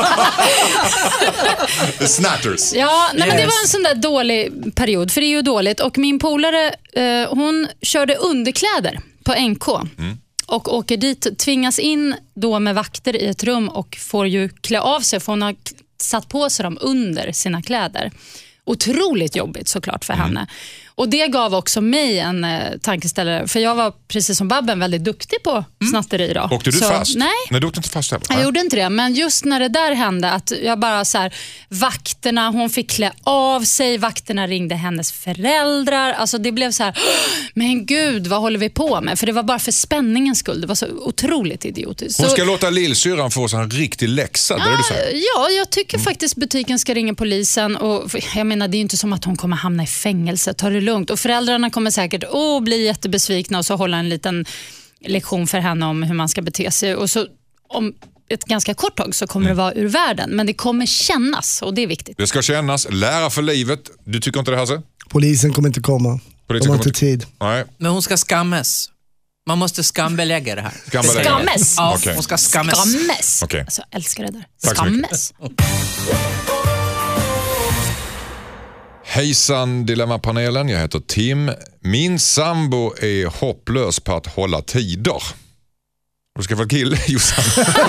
The Snatters. Ja, nej, men det var en sån där dålig period, för det är ju dåligt. Och min polare, hon körde underkläder på NK. Och åker dit, tvingas in då med vakter i ett rum och får ju klä av sig, för hon har satt på sig dem under sina kläder. Otroligt jobbigt såklart för henne. Och det gav också mig en tankeställare, för jag var precis som Babben väldigt duktig på snatteri då. Åkte du fast? Nej. Nej, du åkte inte fast heller. Jag gjorde inte det, men just när det där hände, att jag bara så här, vakterna, hon fick klä av sig, vakterna ringde hennes föräldrar, alltså det blev så här, men gud, vad håller vi på med? För det var bara för spänningens skull, det var så otroligt idiotiskt. Hon ska låta lillsyrran få sig en riktig läxa, det är det du säger? Ja, jag tycker faktiskt butiken ska ringa polisen, och jag menar, det är inte som att hon kommer hamna i fängelse, ta det lugnt, och föräldrarna kommer säkert bli jättebesvikna och så hålla en liten lektion för henne om hur man ska bete sig, och så om ett ganska kort tag så kommer det vara ur världen, men det kommer kännas, och det är viktigt. Det ska kännas, lära för livet. Du tycker inte det, Hasse? Polisen kommer inte komma. De har inte tid. Nej. Men hon ska skammas. Man måste skambelägga det här. Skammes? Ja, okay. Hon ska skammas. Skammes. Okay. Alltså, jag älskar det där. Tack Skammes. Hejsan Dilemma-panelen, jag heter Tim. Min sambo är hopplös på att hålla tider. Du ska få kille, Jossan.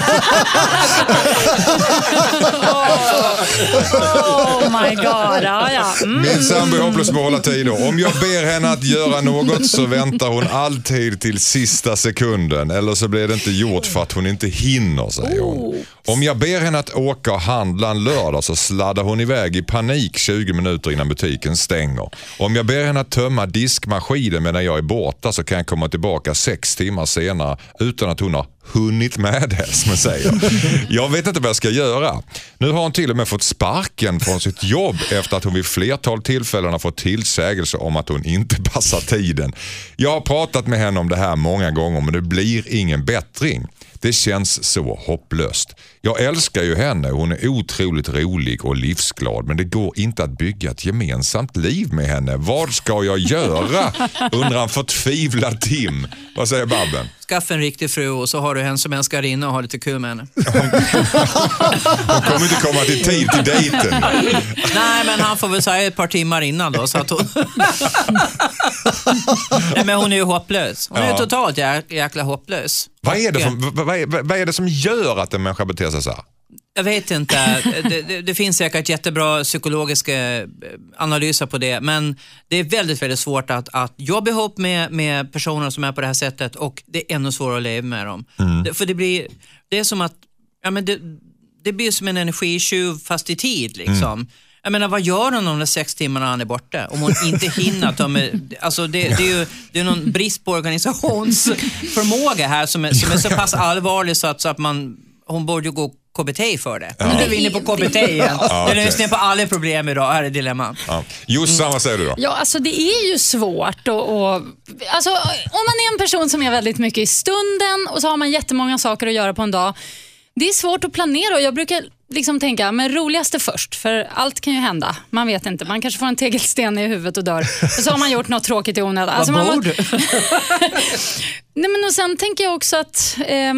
Oh my god, ja. Min sambo är hopplös på att hålla tider. Om jag ber henne att göra något så väntar hon alltid till sista sekunden. Eller så blir det inte gjort för att hon inte hinner, säger hon. Om jag ber henne att åka och handla en lördag så sladdar hon iväg i panik 20 minuter innan butiken stänger. Om jag ber henne att tömma diskmaskinen medan jag är borta så kan jag komma tillbaka 6 timmar senare utan att hon har hunnit med det, som man säger. Jag vet inte vad jag ska göra. Nu har hon till och med fått sparken från sitt jobb efter att hon vid flertal tillfällen har fått tillsägelse om att hon inte passar tiden. Jag har pratat med henne om det här många gånger men det blir ingen bättring. Det känns så hopplöst. Jag älskar ju henne, hon är otroligt rolig och livsglad men det går inte att bygga ett gemensamt liv med henne. Vad ska jag göra? Undrar en förtvivlad Tim. Vad säger Babben? Skaffa en riktig fru och så har du henne som älskarinna och ha lite kul med henne. Hon kommer inte komma till tid till dejten. Nej, men han får väl säga ett par timmar innan då. Så att hon... Nej, men hon är ju hopplös. Hon är ju totalt jäkla hopplös. Vad är det som gör att en människa beter sig så här? Jag vet inte. Det finns säkert jättebra psykologiska analyser på det. Men det är väldigt, väldigt svårt att jobba ihop med personer som är på det här sättet. Och det är ännu svårare att leva med dem. För det är som att... Ja, men det blir som en energitjuv fast i tid liksom. Jag menar, vad gör hon de 6 timmarna han är borta? Om hon inte hinner ta med... Alltså det är någon brist på organisationsförmåga här som är så pass allvarlig så att hon borde ju gå KBT för det. Nu är vi inne på KBT igen. Det är lösningen på alla problem idag. Här är dilemma. Jossan, vad säger du då? Ja, alltså det är ju svårt alltså, om man är en person som är väldigt mycket i stunden och så har man jättemånga saker att göra på en dag. Det är svårt att planera och jag brukar liksom tänka, men roligaste först, för allt kan ju hända. Man vet inte, man kanske får en tegelsten i huvudet och dör. Och så har man gjort något tråkigt i onödan. Alltså, vad bor du? Nej, men och sen tänker jag också att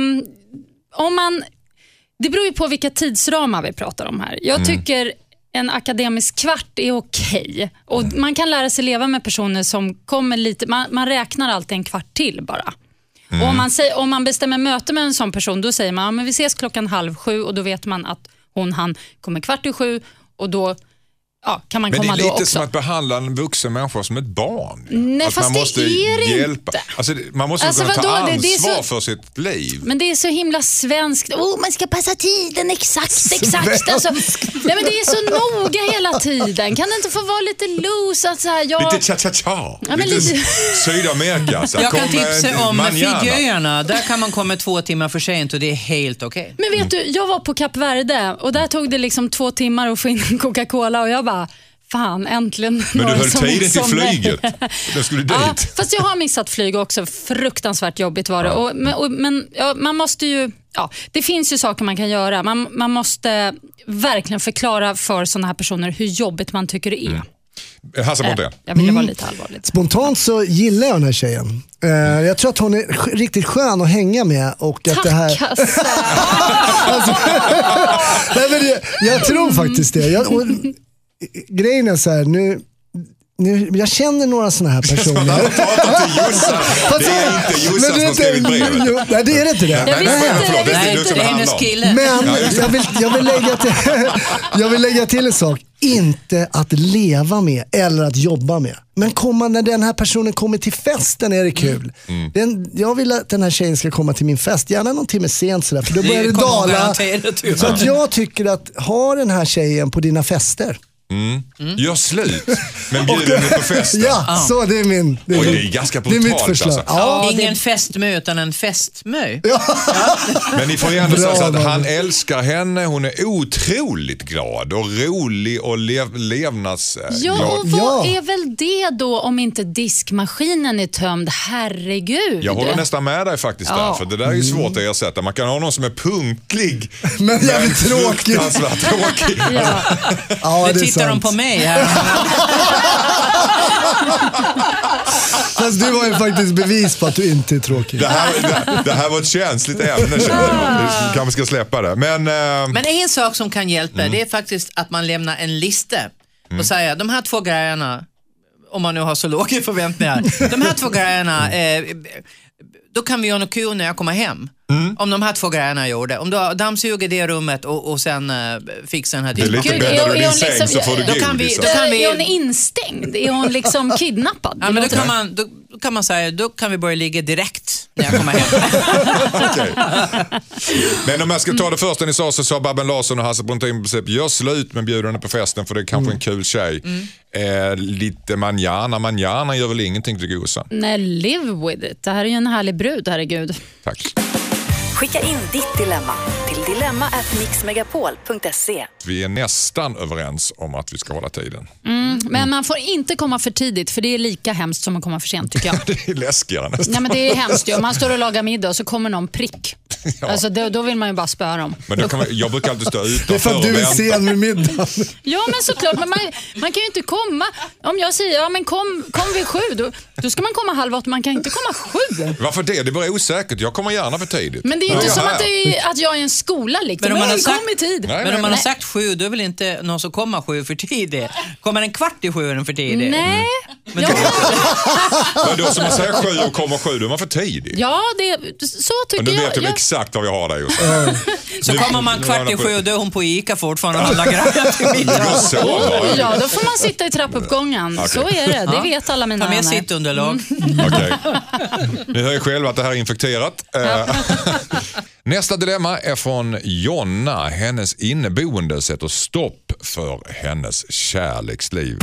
det beror ju på vilka tidsramar vi pratar om här. Jag tycker en akademisk kvart är okej. Och man kan lära sig leva med personer som kommer lite, man räknar alltid en kvart till bara. Och om man bestämmer möte med en sån person, då säger man, men vi ses 6:30 och då vet man att han kommer 6:15 och då kan man komma då också. Men det är lite som att behandla en vuxen människa som ett barn. Nej, fast man måste det är hjälpa. inte. Alltså, man måste kunna ta ansvar för sitt liv. Men det är så himla svenskt. Man ska passa tiden exakt. Alltså, nej, men det är så noga hela tiden. Kan det inte få vara lite loose? Att så här, lite cha-cha-cha. Ja, lite Sydamerika. Jag kan tipsa om Fidjöarna. Där kan man komma 2 timmar för sent och det är helt okej. Men vet du, jag var på Kap Verde och där tog det liksom 2 timmar att få in en Coca-Cola och jag bara, fan, äntligen. Men du höll tiden till flyget. Då skulle du dit. Fast jag har missat flyg också. Fruktansvärt jobbigt var det. Men man måste ju... Ja, det finns ju saker man kan göra. Man måste verkligen förklara för såna här personer hur jobbigt man tycker det är. Jag ville vara lite allvarligt. Spontant så gillar jag den här tjejen. Jag tror att hon är riktigt skön att hänga med. Och tack, att det här... alltså, nej, men jag tror faktiskt det. Grejen är så här, nu, jag känner några såna här personer. Det är inte Jossan som har skrivit brevet. Nej, det är inte det. Det är hennes kille. Men jag vill lägga till en sak. Inte att leva med eller att jobba med. Men när den här personen kommer till festen är det kul. Jag vill att den här tjejen ska komma till min fest. Gärna någon timme sent sådär, för då börjar det dala. Så att jag tycker att ha den här tjejen på dina fester. Gör slut. Men bjuder ni på festen? Ja, så det är min. Det är ganska brutalt. Det är mitt förslag. Alltså. Ingen festmö utan en festmö. Men ni får ju ändå säga så att han älskar henne. Hon är otroligt glad och rolig och levnadsglad. Ja, och vad är väl det då om inte diskmaskinen är tömd? Herregud. Jag håller nästan med dig faktiskt där. För det där är ju svårt att ersätta. Man kan ha någon som är punktlig. Men jävligt tråkig. Tråkig. Det tittar de på mig här. Fast du var ju faktiskt bevis på att du inte är tråkig. Det här var ett känsligt ämne. Du kanske ska släppa det. Men en sak som kan hjälpa det är faktiskt att man lämnar en lista och säger de här 2 grejerna, om man nu har så låga förväntningar, de här 2 grejerna, då kan vi göra något kul när jag kommer hem. Om de här 2 grejerna jag gjorde. Om du dammsuger det rummet och sen fixar den här disken. Det är lite bättre ur din säng så får du godis. Är hon instängd? Är hon liksom kidnappad? Ja, men då kan man säga, då kan vi börja ligga direkt när jag kommer hem. Okay. Men om jag ska ta det första ni sa, så sa Babben Larsson och Hasse Brontén på princip, gör slut med bjudande på festen för det är kanske en kul tjej. Lite manjana gör väl ingenting till gosa. Nej, live with it. Det här är ju en härlig brud, herregud. Tack. Skicka in ditt dilemma till dilemma@mixmegapol.se. Vi är nästan överens om att vi ska hålla tiden. Men man får inte komma för tidigt, för det är lika hemskt som att komma för sent, tycker jag. Det är läskigare nästan. Nej, men det är hemskt ju. Om man står och lagar middag och så kommer någon prick. Ja. Alltså, då vill man ju bara spöra dem. Men jag brukar alltid stå utanför. Det är för att du är sen med middagen. Ja, men såklart. Men man kan ju inte komma. Om jag säger, ja men kom vid 7, då ska man komma 7:30. Man kan inte komma 7. Varför det? Det är bara osäkert. Jag kommer gärna för tidigt. Men det är ju inte som att jag är en skola liksom. Men om man har sagt, kom i tid. Men om man har sagt 7, då är väl inte någon som kommer 7 för tidigt. Kommer en 7:15 är den för tidigt? Nej. Men Ja. Men då som man säger 7 och kommer 7, då är man för tidigt. Ja, så tycker Men du jag. vet ju exakt vad vi har där just. Så kommer man 7:15 och då är hon på Ica fortfarande och handlar grejer till middag. Ja, då får man sitta i trappuppgången. Okay. Så är det. Det vet alla mina Ta med vänner. sittunderlag. Okej. Ni hör ju själva att det här är infekterat. Nästa dilemma är från Jonna. Hennes inneboende sätter stopp för hennes kärleksliv.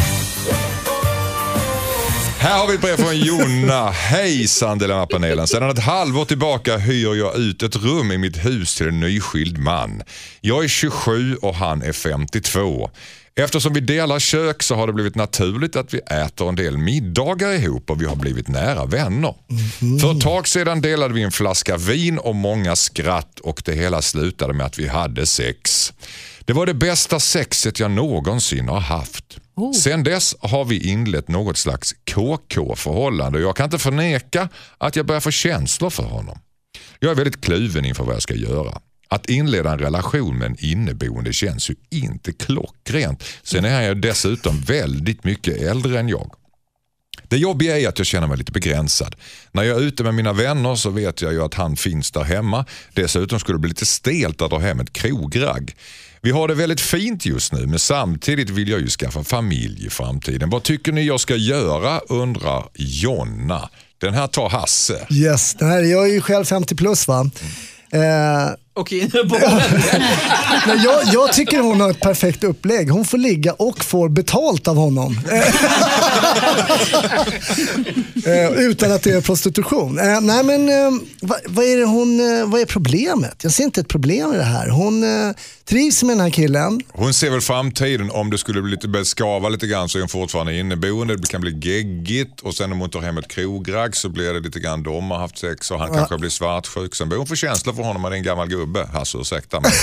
Här har vi ett brev från Jonna. Hejsan Dilemma-panelen. Sedan ett halvår tillbaka hyr jag ut ett rum i mitt hus till en nyskild man. Jag är 27 och han är 52. Eftersom vi delar kök så har det blivit naturligt att vi äter en del middagar ihop och vi har blivit nära vänner. För ett tag sedan delade vi en flaska vin och många skratt och det hela slutade med att vi hade sex. Det var det bästa sexet jag någonsin har haft. Sen dess har vi inlett något slags KK-förhållande och jag kan inte förneka att jag börjar få känslor för honom. Jag är väldigt kluven inför vad jag ska göra. Att inleda en relation med en inneboende känns ju inte klockrent. Sen är jag dessutom väldigt mycket äldre än jag. Det jobbiga är att jag känner mig lite begränsad. När jag är ute med mina vänner så vet jag ju att han finns där hemma. Dessutom skulle det bli lite stelt att dra hem ett krogragg. Vi har det väldigt fint just nu men samtidigt vill jag ju skaffa familj i framtiden. Vad tycker ni jag ska göra, undrar Jonna. Den här tar Hasse. Yes, den här, jag är ju själv 50 plus va? Och inneboende. Jag tycker hon har ett perfekt upplägg. Hon får ligga och får betalt av honom. Utan att det är prostitution. Nej men vad är problemet? Jag ser inte ett problem i det här. Hon trivs med den här killen. Hon ser väl framtiden om det skulle bli lite skava lite grann så är hon fortfarande inneboende. Det kan bli geggigt och sen om hon tar hem ett krogragg så blir det lite grann de har haft sex och han kanske blir svartsjuk. Sen blir hon för känsla för honom, han är en gammal gubbe. Alltså, ursäkta mig.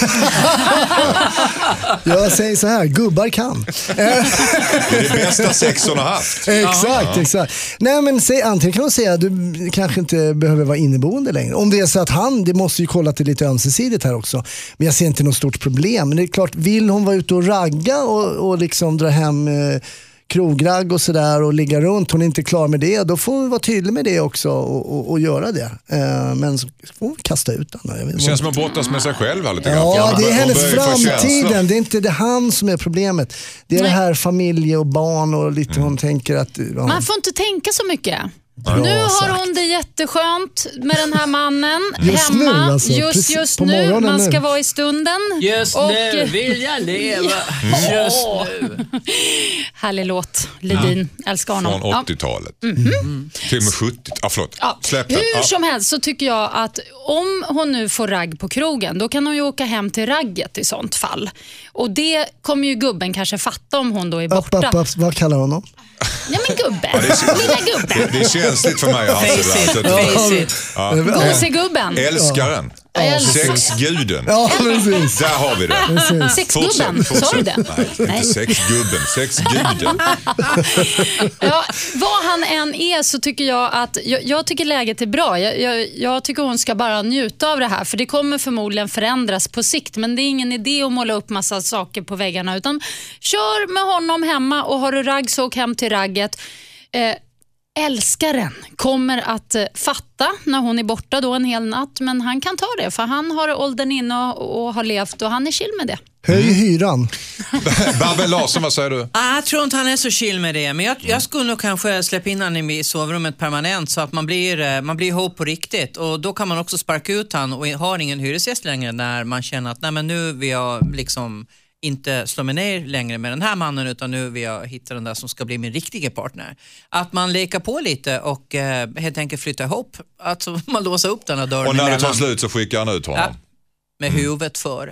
Jag säger så här, gubbar kan. Det är det bästa sex hon har haft. Exakt. Nej men antingen kan hon säga att du kanske inte behöver vara inneboende längre. Om det är så att det måste ju kolla till lite ömsesidigt här också. Men jag ser inte något stort problem. Men det är klart, vill hon vara ute och ragga och liksom dra hem krogragg och sådär och ligga runt, hon är inte klar med det, då får hon vara tydlig med det också och göra det. Men så får hon kasta ut den. Det känns som att brottas med sig själv här lite grann. Ja, det är hennes framtiden. Det är inte det han som är problemet. Det är det här familje och barn och lite hon tänker att... Ja. Man får inte tänka så mycket. Nu har hon det jätteskönt med den här mannen just hemma. Nu, alltså. Just nu. Man ska vara i stunden. Just nu vill jag leva. Just nu. Härlig låt. Lidin. Älskar honom. Från 80-talet. Till och med 70. Förlåt. Släpp Hur som helst så tycker jag att om hon nu får ragg på krogen, då kan hon ju åka hem till ragget i sånt fall. Och det kommer ju gubben kanske fatta om hon då är borta. Vad kallar hon honom? Ja men gubben. Lilla gubben. Det är känsligt för mig. Face it. Gosegubben. Älskaren. Sexguden. Ja, precis. Där har vi det. Sexgubben, sa du det? Nej, inte sexgubben, sexguden. Ja, vad han än är så tycker jag att jag tycker läget är bra. Jag tycker hon ska bara njuta av det här, för det kommer förmodligen förändras på sikt, men det är ingen idé att måla upp massa saker på väggarna, utan kör med honom hemma och har du ragg så åk hem till ragget. Älskaren kommer att fatta när hon är borta då en hel natt, men han kan ta det för han har åldern inne och har levt och han är chill med det. Höj hyran. Babben Larsson, vad säger du? Jag tror inte han är så chill med det. Men jag skulle nog kanske släppa in han i sovrummet permanent så att man blir ihop på riktigt. Och då kan man också sparka ut han och har ingen hyresgäst längre när man känner att nej, men nu vill jag liksom inte slå mig ner längre med den här mannen, utan nu vill jag hitta den där som ska bli min riktiga partner. Att man leker på lite och helt enkelt flyttar ihop. Att man låser upp den här dörren. Och när det tar slut så skickar han ut honom. Ja. Med huvudet före.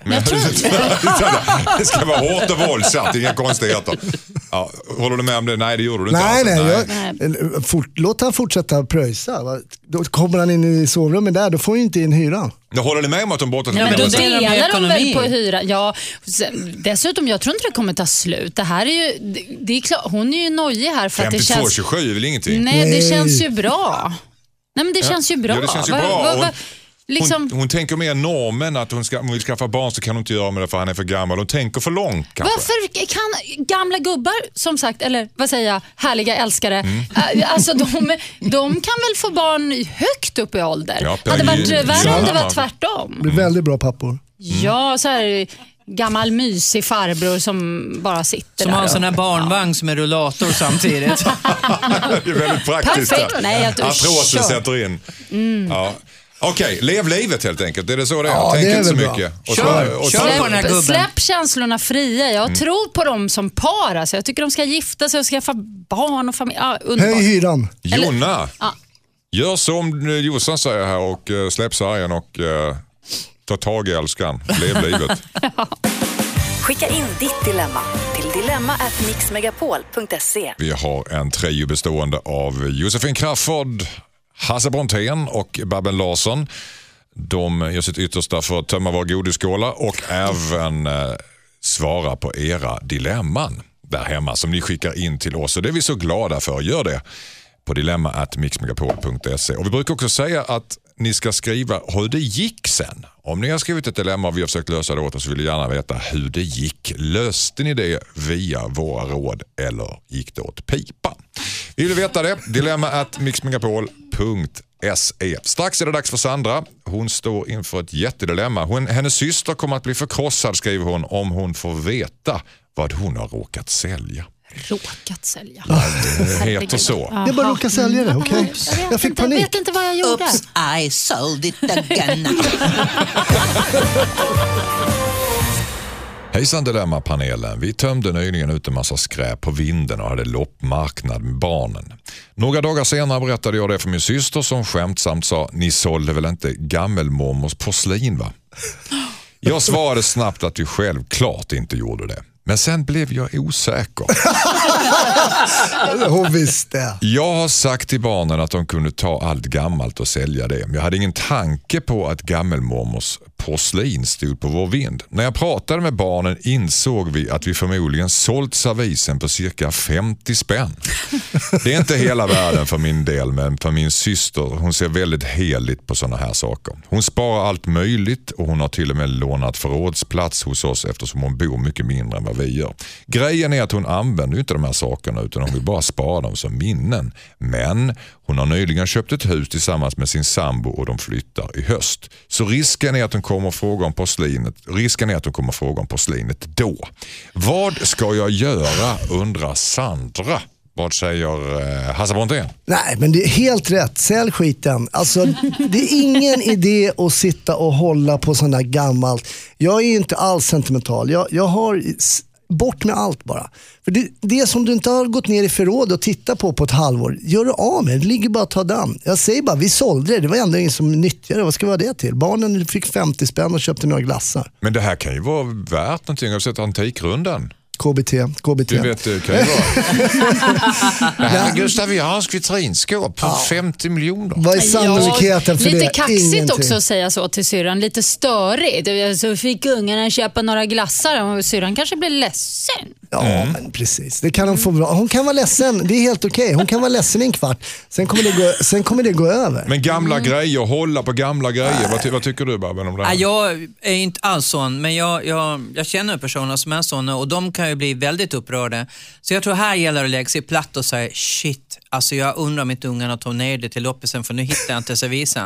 Det ska vara hårt och våldsamt, inga konstigheter. Ja, håller du med om det? Nej, det gjorde du inte. Låt han fortsätta pröjsa. Då kommer han in i sovrummet där, då får han inte in hyran. Jag håller ni med om att de borta... Men då delar de väl på hyra. Ja, dessutom, jag tror inte det kommer ta slut. Det här är ju, det är klart, hon är ju nojig här för att det känns... 52-27 är väl ingenting? Nej, det känns ju bra. Nej, men det känns ju bra. Ja, det känns ju bra. Liksom... Hon tänker mer normen att hon vill skaffa barn så kan hon inte göra med det för han är för gammal. Hon tänker för långt kanske. Varför kan gamla gubbar, som sagt, eller vad säger jag, härliga älskare, alltså de kan väl få barn högt upp i ålder? Ja, hade varit värre om det var tvärtom. Det är väldigt bra pappor. Ja, så här gammal mysig farbror som bara sitter som där. har en sån här barnvagn som är rullator samtidigt. Det är väldigt praktiskt. Perfekt. Nej, artrosen sätter in. Ja. Okej, lev livet helt enkelt. Är det så det är? Ja, tänk det är inte så väl mycket. Kör på den här gubben. Släpp känslorna fria. Jag tror på dem som par. Alltså. Jag tycker de ska gifta sig och skaffa barn och familj. Höj hyran. Jonna, gör som Jossan säger här och släpp sargen och ta tag i älskan. Lev livet. Skicka in ditt dilemma till dilemma@mixmegapol.se. Vi har en trio bestående av Josefin Crafoord, Hasse Brontén och Babben Larsson. De gör sitt yttersta för att tömma våra godisskålar och även svara på era dilemman där hemma som ni skickar in till oss. Och det är vi så glada för. Gör det på dilemma@mixmegapol.se. Och vi brukar också säga att ni ska skriva hur det gick sen. Om ni har skrivit ett dilemma och vi har försökt lösa det åt oss så vill jag gärna veta hur det gick. Löste ni det via våra råd eller gick det åt pipan? Vi vill veta det. dilemma@mixmegapol.se. Strax är det dags för Sandra. Hon står inför ett jättedilemma. Hennes syster kommer att bli förkrossad, skriver hon, om hon får veta vad hon har råkat sälja. Råkat sälja. Ja, det heter så. Jag bara råkade sälja det, okej? Jag fick panik. Jag vet inte vad jag gjorde. Oops, I sold it again. Hejsan Dilemma-panelen. Vi tömde nyligen ut en massa skräp på vinden och hade loppmarknad med barnen. Några dagar senare berättade jag det för min syster som skämtsamt sa: ni sålde väl inte gammelmormors porslin, va? Jag svarade snabbt att vi självklart inte gjorde det. Men sen blev jag osäker. Hon visste. Jag har sagt till barnen att de kunde ta allt gammalt och sälja det. Men jag hade ingen tanke på att gammelmormors porslin stod på vår vind. När jag pratade med barnen insåg vi att vi förmodligen sålt servisen på cirka 50 spänn. Det är inte hela världen för min del, men för min syster, hon ser väldigt heligt på sådana här saker. Hon sparar allt möjligt och hon har till och med lånat förrådsplats hos oss eftersom hon bor mycket mindre än vad vi gör. Grejen är att hon använder inte de här sakerna utan hon vill bara spara dem som minnen. Men hon har nyligen köpt ett hus tillsammans med sin sambo och de flyttar i höst. Så risken är att hon kommer fråga om porslinet då. Vad ska jag göra, undrar Sandra. Vad säger Hasse Brontén? Nej, men det är helt rätt. Sälj skiten. Alltså, det är ingen idé att sitta och hålla på sådana gammalt. Jag är inte alls sentimental. Jag har bort med allt bara. För det som du inte har gått ner i förråd och tittat på ett halvår, gör du av med. Det ligger bara att ta damm. Jag säger bara, vi sålde det. Det var ändå ingen som nyttjade det. Vad ska vara det till? Barnen fick 50 spänn och köpte några glassar. Men det här kan ju vara värt någonting. Jag har sett Antikrundan. KBT. Du vet, det kan ju vara. Det här är Gustaviansk vitrinskåp för 50 miljoner. Vad är sannolikheten för lite det? Lite kaxigt Ingenting. också att säga så till syrran. Lite störigt. Så fick ungarna köpa några glassar och syrran kanske blir ledsen. Ja, men precis. Det kan hon få bra. Hon kan vara ledsen. Det är helt okej. Hon kan vara ledsen i en kvart. Sen kommer det gå över. Men gamla grejer, hålla på gamla grejer. Vad tycker du, Babben, om det här? Jag är inte alls sån, men jag känner personer som är såna och de kan ju bli väldigt upprörda. Så jag tror här gäller det att lägga sig platt och säga shit, alltså jag undrar om inte ungarna tog ner det till loppisen för nu hittar jag inte servisen.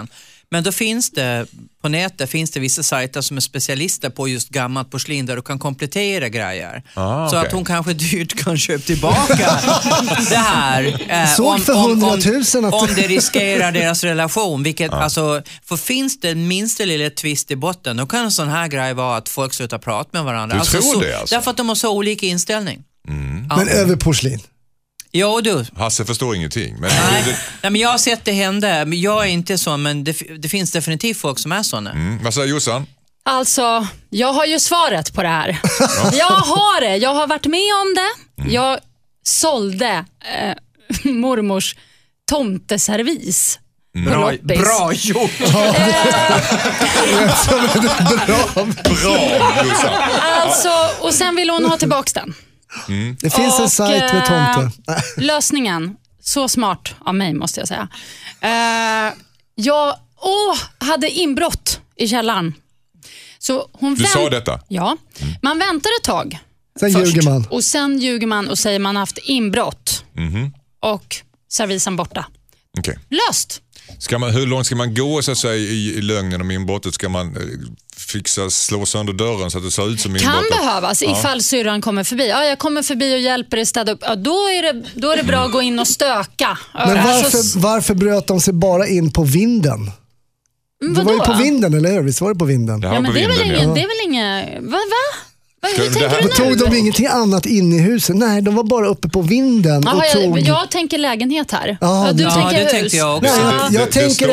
Men då finns det, på nätet finns det vissa sajter som är specialister på just gammalt porslin där du kan komplettera grejer. Så att hon kanske dyrt kan köpa tillbaka det här. Såg för 100 000 om det riskerar deras relation. Vilket, alltså, för finns det minsta lilla twist i botten, då kan en sån här grej vara att folk slutar prata med varandra. Du tror det alltså? Därför att de har så olika inställning. Men över porslin? Ja, du. Hasse förstår ingenting. Men Nej, men jag har sett det hända. Jag är inte så, men det finns definitivt folk som är såna. Vad säger Jossan? Alltså, jag har ju svaret på det här. Jag har det. Jag har varit med om det. Jag sålde mormors tomteservis. Bra gjort. Bra, Jossan. Alltså, och sen vill hon ha tillbaka den. Det finns en sajt med tomte. Lösningen, så smart av mig måste jag säga. Jag hade inbrott i källaren. Så du sa detta? Ja, man väntar ett tag. Sen först, ljuger man. och sen ljuger man och säger man haft inbrott. Och servisen borta. Okay. Löst. Hur långt ska man gå så att säga, i lögnen om inbrottet? Ska man slå sönder dörren så att det ser ut som inbrottet? Kan behövas ifall syrran kommer förbi. Ja, jag kommer förbi och hjälper dig städa upp. Ja, då är det bra att gå in och stöka. Men varför bröt de sig bara in på vinden? Det var ju på vinden, eller hur? Visst var det på vinden? Ja, men det är väl inget... Va? Hur tänker du nu? Tog de ingenting annat in i huset? Nej, de var bara uppe på vinden. Jag tänker lägenhet här. Du tänker hus. Tänkte jag också. Nej, jag tänker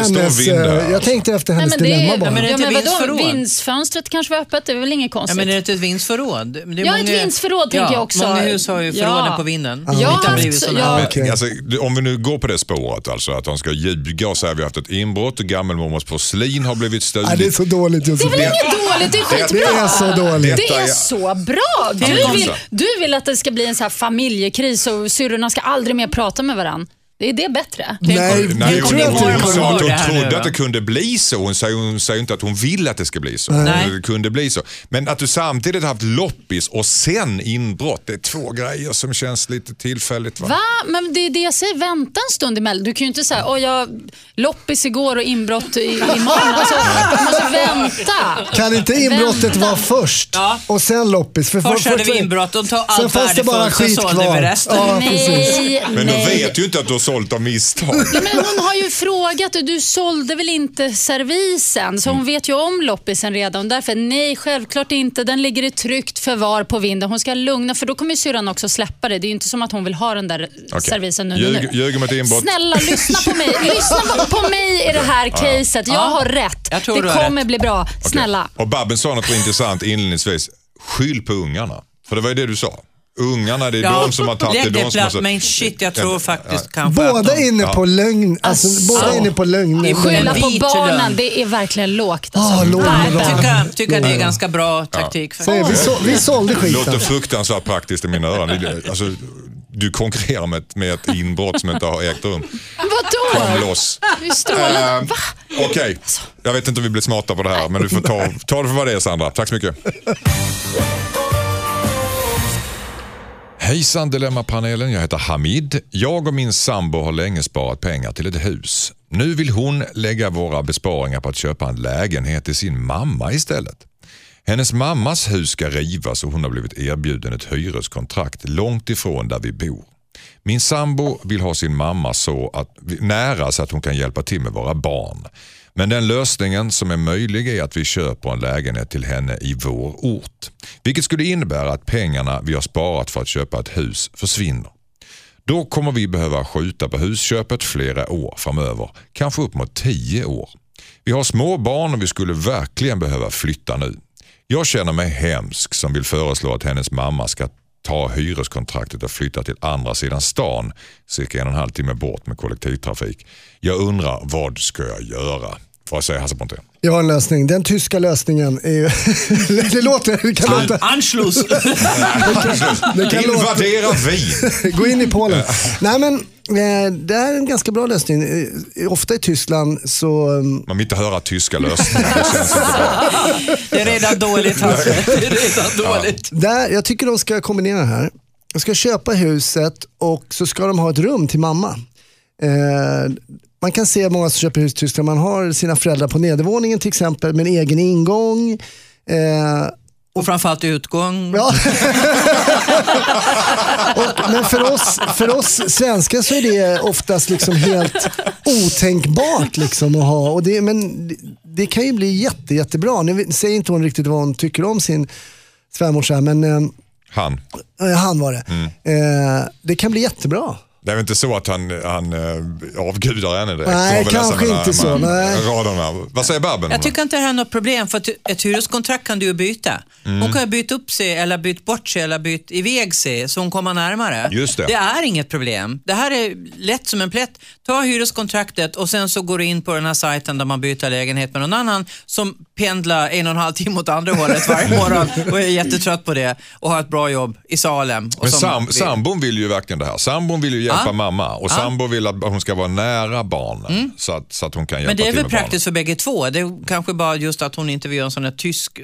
efter hennes dilemma bara. Men vadå? Vindsfönstret kanske var öppet, det är väl inget konstigt. Men är det inte ett vindsförråd? Ett vindsförråd tänker jag också. Många hus har ju förråden på vinden. Alltså, om vi nu går på det spåret, alltså att de ska ljuga och säga att vi har haft ett inbrott och gammelmormors porslin har blivit stulit. Det är så dåligt. Josef. Det är väl inget dåligt, det är skitbra. Det är så dåligt. Det är så bra. Du vill att det ska bli en så här familjekris och syrrorna ska aldrig mer prata med varandra. Det är det bättre. Nej, hon trodde att det kunde bli så. Hon säger inte att hon vill att det ska bli så. Det kunde bli så. Men att du samtidigt har haft loppis och sen inbrott, det är två grejer som känns lite tillfälligt. Va? Men det är det jag säger, vänta en stund emellan. Du kan ju inte säga, jag loppis igår och inbrott imorgon. Alltså, du måste vänta. Kan inte inbrottet vara först och sen loppis? Först hade vi inbrott och tog allt värdefullt så sålde vi resten. Men de vet ju inte att du sålt av misstag. Ja, men hon har ju frågat och du sålde väl inte servisen, så hon vet ju om loppisen redan. Därför nej, självklart inte. Den ligger i tryggt förvar på vinden. Hon ska lugna, för då kommer ju syrran också släppa det. Det är ju inte som att hon vill ha den där servisen nu. Ljög med inbrott. Snälla, lyssna på mig. Lyssna på mig i det här caset. Jag har rätt. Det kommer bli bra. Snälla. Och Babben sa något intressant inledningsvis. Skyll på ungarna. För det var ju det du sa. Ungarna, det är de som har tagit det. Men shit, jag tror faktiskt kanske båda inne på lögn. Alltså, båda inne på lögn. Skylla på barnen, det är verkligen lågt. Jag tycker det är ganska bra taktik. Vi sålde skiten. Låter fruktansvärt praktiskt i mina öron. Alltså, du konkurrerar med ett inbrott som inte har ägt rum. Vadå? Kom loss. Okej, jag vet inte om vi blir smarta på det här, men du får ta det för vad det är, Sandra. Tack så mycket. Hejsan Dilemma-panelen, jag heter Hamid. Jag och min sambo har länge sparat pengar till ett hus. Nu vill hon lägga våra besparingar på att köpa en lägenhet till sin mamma istället. Hennes mammas hus ska rivas och hon har blivit erbjuden ett hyreskontrakt långt ifrån där vi bor. Min sambo vill ha sin mamma nära så att hon kan hjälpa till med våra barn. Men den lösningen som är möjlig är att vi köper en lägenhet till henne i vår ort. Vilket skulle innebära att pengarna vi har sparat för att köpa ett hus försvinner. Då kommer vi behöva skjuta på husköpet flera år framöver. Kanske upp mot 10 år. Vi har små barn och vi skulle verkligen behöva flytta nu. Jag känner mig hemsk som vill föreslå att hennes mamma ska ta hyreskontraktet och flytta till andra sidan stan, cirka 1,5 timme bort med kollektivtrafik. Jag undrar, vad ska jag göra? Vad säger Hasse Pontén? Jag har en lösning. Den tyska lösningen är ju... det kan låta... Anschluss! Invadera Wien! Gå in i Polen. Nej, men det är en ganska bra lösning. Ofta i Tyskland så... Man vill inte höra tyska lösningar. Det känns inte bra. Det är redan dåligt, Hasse. Det är redan dåligt. Jag tycker de ska kombinera det här. De ska köpa huset och så ska de ha ett rum till mamma. man kan se många som köper hus i Tyskland. Man har sina föräldrar på nedervåningen till exempel med en egen ingång. Och framförallt utgång. Ja. Men för oss svenskar så är det oftast liksom helt otänkbart liksom att ha. Men det kan ju bli jättebra. Nu säger inte hon riktigt vad hon tycker om sin svärmor, men han var det. Det kan bli jättebra. Det är väl inte så att han avgudar henne direkt? Nej, kanske inte så. Raderna. Vad säger Babben? Jag tycker inte det här är något problem, för att ett hyreskontrakt kan du ju byta. Hon kan ju byta upp sig eller byta bort sig eller byta iväg sig så hon kommer närmare. Just det. Det är inget problem. Det här är lätt som en plätt. Ta hyreskontraktet och sen så går du in på den här sajten där man byter lägenhet med någon annan som pendlar 1,5 timme åt andra hållet varje morgon och är jättetrött på det och har ett bra jobb i Salem. Och men sambon vill ju verkligen det här. Sambon vill ju hjälpa mamma och sambo vill att hon ska vara nära barnen så att hon kan hjälpa till med. Men det är väl praktiskt för bägge två. Det är kanske bara just att hon inte vill göra en sån här tysk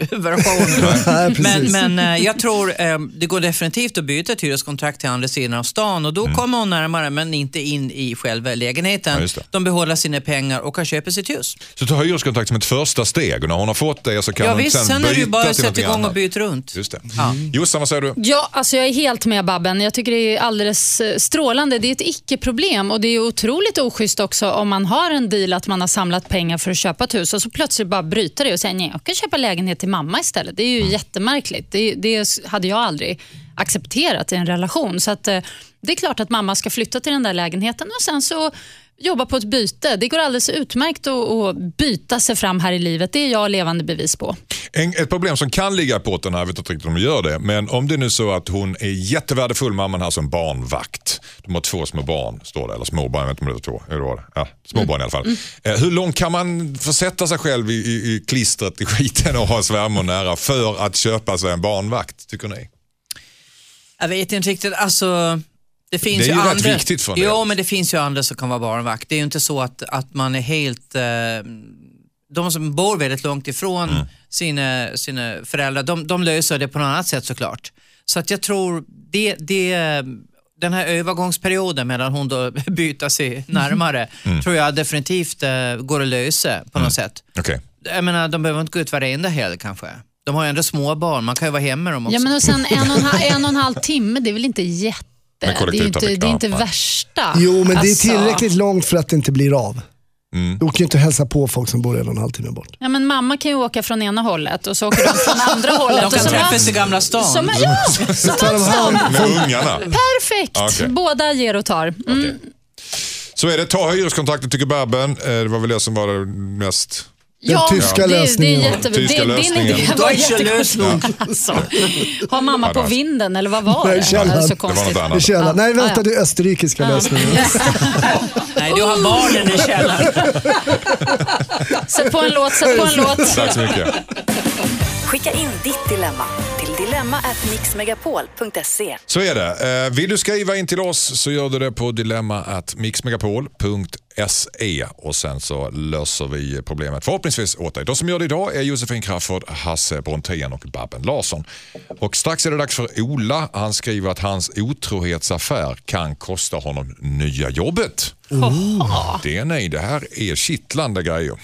version. men jag tror det går definitivt att byta ett hyreskontrakt till andra sidan av stan och då kommer hon närmare men inte in i själva lägenheten. Ja, de behåller sina pengar och kan köpa sitt hus. Så ta hyreskontrakt som ett första steg och när hon har fått det så kan hon sen är det ju bara att sätta igång och byta runt. Just det. Jossan, vad säger du? Ja, alltså jag är helt med Babben. Jag tycker det är alldeles strålande. Det är ett icke-problem och det är otroligt oschysst också om man har en deal att man har samlat pengar för att köpa ett hus och så plötsligt bara bryter det och säger nej, jag kan köpa lägenhet till mamma istället. Det är ju jättemärkligt. Det hade jag aldrig accepterat i en relation. Så att det är klart att mamma ska flytta till den där lägenheten och sen så jobba på ett byte. Det går alldeles utmärkt att byta sig fram här i livet. Det är jag levande bevis på. Ett problem som kan ligga på den här, jag vet inte riktigt om de gör det, men om det är nu så att hon är jättevärdefull, mamman har som barnvakt. De har 2 små barn, står det, eller små barn, jag vet inte om det är 2. Hur var det? Ja, små barn i alla fall. Hur långt kan man försätta sig själv i klistret, i skiten och ha svärmor nära för att köpa sig en barnvakt, tycker ni? Jag vet inte riktigt, alltså... Det är ju rätt viktigt för det. Jo, men det finns ju andra som kan vara barnvakt. Det är ju inte så att man är helt... de som bor väldigt långt ifrån sina föräldrar, de löser det på något annat sätt såklart. Så att jag tror den här övergångsperioden medan hon då byter sig närmare tror jag definitivt går att lösa på något sätt. Okay. Jag menar, de behöver inte gå ut varenda helg kanske. De har ju ändå små barn, man kan ju vara hemma med dem också. Ja, men och sen 1,5 timme, det är väl inte jätte... Det är inte värsta. Jo, men det är tillräckligt långt för att det inte blir av. Du åker ju inte hälsa på folk som bor 1,5 timme bort. Ja, men mamma kan ju åka från ena hållet och så åker de från andra hållet. De kan träffas i Gamla stan. Så tar de hand med ungarna. Perfekt. Okay. Båda ger och tar. Okay. Så är det, ta hyreskontakten tycker Babben. Det var väl det som var det mest... Den tyska lösningen. Tyska lösningen. Deutsche lösning. Har mamma på vinden eller vad var det? Det var något annat. Nej, vänta, det är österrikiska lösningen. Nej, du har barnen i källaren. Sätt på en låt. Tack så mycket. Skicka in ditt dilemma till dilemma@mixmegapol.se. Så är det. Vill du skriva in till oss så gör du det på dilemma@mixmegapol.se och sen så löser vi problemet förhoppningsvis åt dig. De som gör det idag är Josefin Crafoord, Hasse Brontén och Babben Larsson. Och strax är det dags för Ola. Han skriver att hans otrohetsaffär kan kosta honom nya jobbet. Det här är kittlande grejer.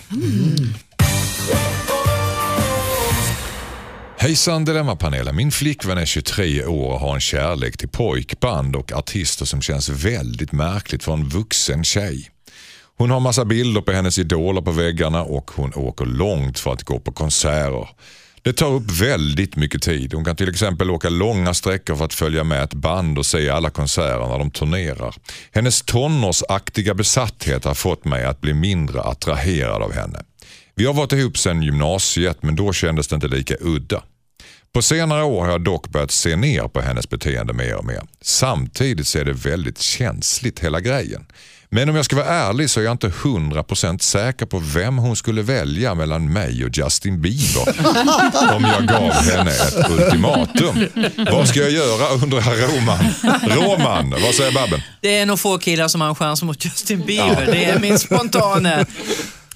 Hejsan Dilemmapanelen, min flickvän är 23 år och har en kärlek till pojkband och artister som känns väldigt märkligt för en vuxen tjej. Hon har massa bilder på hennes idoler på väggarna och hon åker långt för att gå på konserter. Det tar upp väldigt mycket tid. Hon kan till exempel åka långa sträckor för att följa med ett band och se alla konserter när de turnerar. Hennes tonårsaktiga besatthet har fått mig att bli mindre attraherad av henne. Vi har varit ihop sedan gymnasiet men då kändes det inte lika udda. På senare år har jag dock börjat se ner på hennes beteende mer och mer. Samtidigt så är det väldigt känsligt hela grejen. Men om jag ska vara ärlig så är jag inte 100% säker på vem hon skulle välja mellan mig och Justin Bieber om jag gav henne ett ultimatum. Vad ska jag göra, undrar Roman, vad säger Babben? Det är nog få killar som har en chans mot Justin Bieber. Det är min spontana...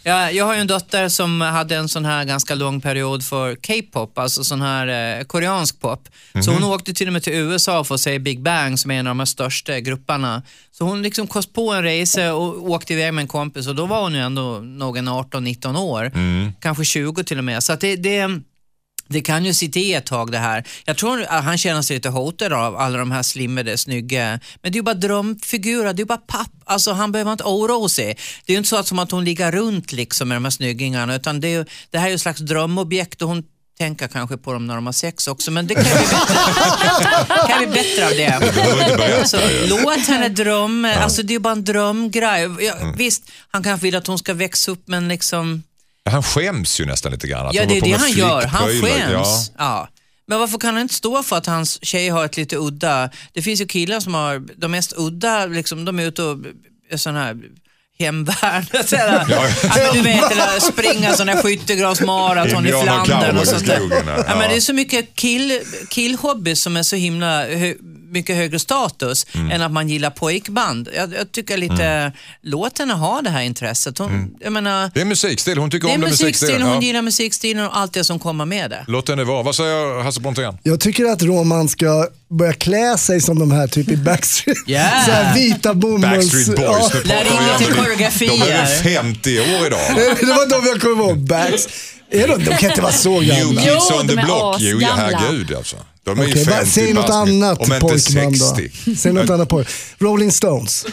Ja, jag har ju en dotter som hade en sån här ganska lång period för K-pop, alltså sån här koreansk pop. Så hon åkte till och med till USA för att se Big Bang som är en av de största grupperna. Så hon liksom kost på en resa och åkte iväg med en kompis och då var hon ju ändå någon 18-19 år. Kanske 20 till och med. Så att det kan ju sitta i ett tag det här. Jag tror att han känner sig lite hotad av alla de här slimmade, snygga. Men det är ju bara drömfigurer, det är ju bara papp. Alltså han behöver inte oroa sig. Det är ju inte så att, som att hon ligger runt liksom med de här snyggingarna. Utan det här är ju en slags drömobjekt och hon tänker kanske på dem när de har sex också. Men det kan vi bättre av det. Alltså, låt henne drömma. Alltså det är ju bara en drömgrej. Visst, han kan vilja att hon ska växa upp men liksom... Han skäms ju nästan lite grann. Ja, det är det han gör. Han skäms. Ja. Men varför kan han inte stå för att hans tjej har ett lite udda... Det finns ju killar som har de mest udda, liksom, de är ute och sån här hemvärn. Du vet, eller springa sån här skyttegravsmaraton i Flandern och sånt där. Ja, men det är så mycket killhobby som är så himla... mycket högre status än att man gillar pojkband. Jag tycker lite låt henne ha det här intresset. Jag menar, det är musikstil, hon tycker om det musikstil. Hon gillar musikstilen och allt det som kommer med det. Låt henne vara. Vad säger Hasse Brontén? Jag tycker att Roman ska börja klä sig som de här typ i Backstreet. Yeah. Så här vita bomulls... Backstreet Boys. Lär inga till koreografier. De är 50 år idag. Det var de jag kom ihåg. De kan inte vara så gamla. New Kids on the de är Block. Jo, ja, asgamla. herregud alltså. De är ju 50. Säg något annat om inte pojkband 60. då. Säg något annat pojk. Rolling Stones.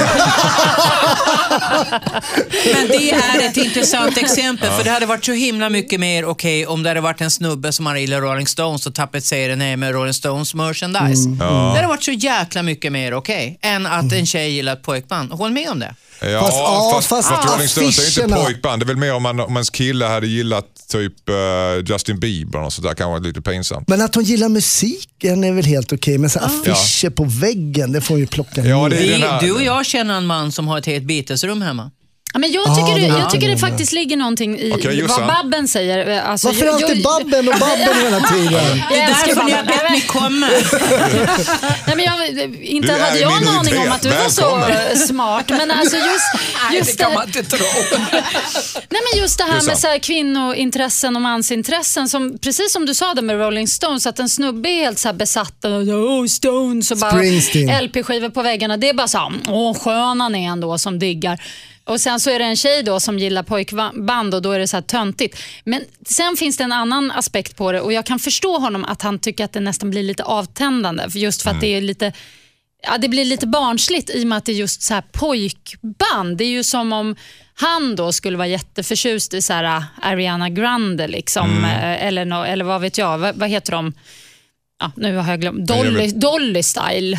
Men det är ett intressant exempel. För det hade varit så himla mycket mer okej om det hade varit en snubbe som har gillar Rolling Stones och tapetserat ner med Rolling Stones merchandise. Det hade varit så jäkla mycket mer okej än att en tjej gillar ett pojkband. Håll med om det. Ja, fast Rolling Stones är inte pojkband. Det är väl mer om ens kille hade gillat typ Justin Bieber och sådär, kan vara lite pinsamt. Men att hon gillar musiken är väl helt okej. Men så affischer på väggen, det får ju plocka ner. Du och jag känner en man som har ett helt Beatles-rum hemma. Ja, men jag tycker det faktiskt ligger någonting i vad Babben säger. Alltså, varför alltid Babben och Babben hela tiden? Det är därför ni har bett mig komma. Nej, men inte hade jag en aning om att du var så smart. Men alltså just det kan man inte tro. Nej, men just det här med så här kvinnointressen och mansintressen. Som, precis som du sa det med Rolling Stones. Att en snubbe är helt så här besatt av Stones och bara LP-skivor på väggarna. Det är bara så här, skön han är ändå som diggar. Och sen så är det en tjej då som gillar pojkband och då är det så här töntigt. Men sen finns det en annan aspekt på det och jag kan förstå honom att han tycker att det nästan blir lite avtändande. Just för att det är lite, det blir lite barnsligt i och med att det är just så här pojkband. Det är ju som om han då skulle vara jätteförtjust i så här Ariana Grande liksom, eller vad vet jag, vad heter de? Ja, nu har jag glömt. Dolly Style.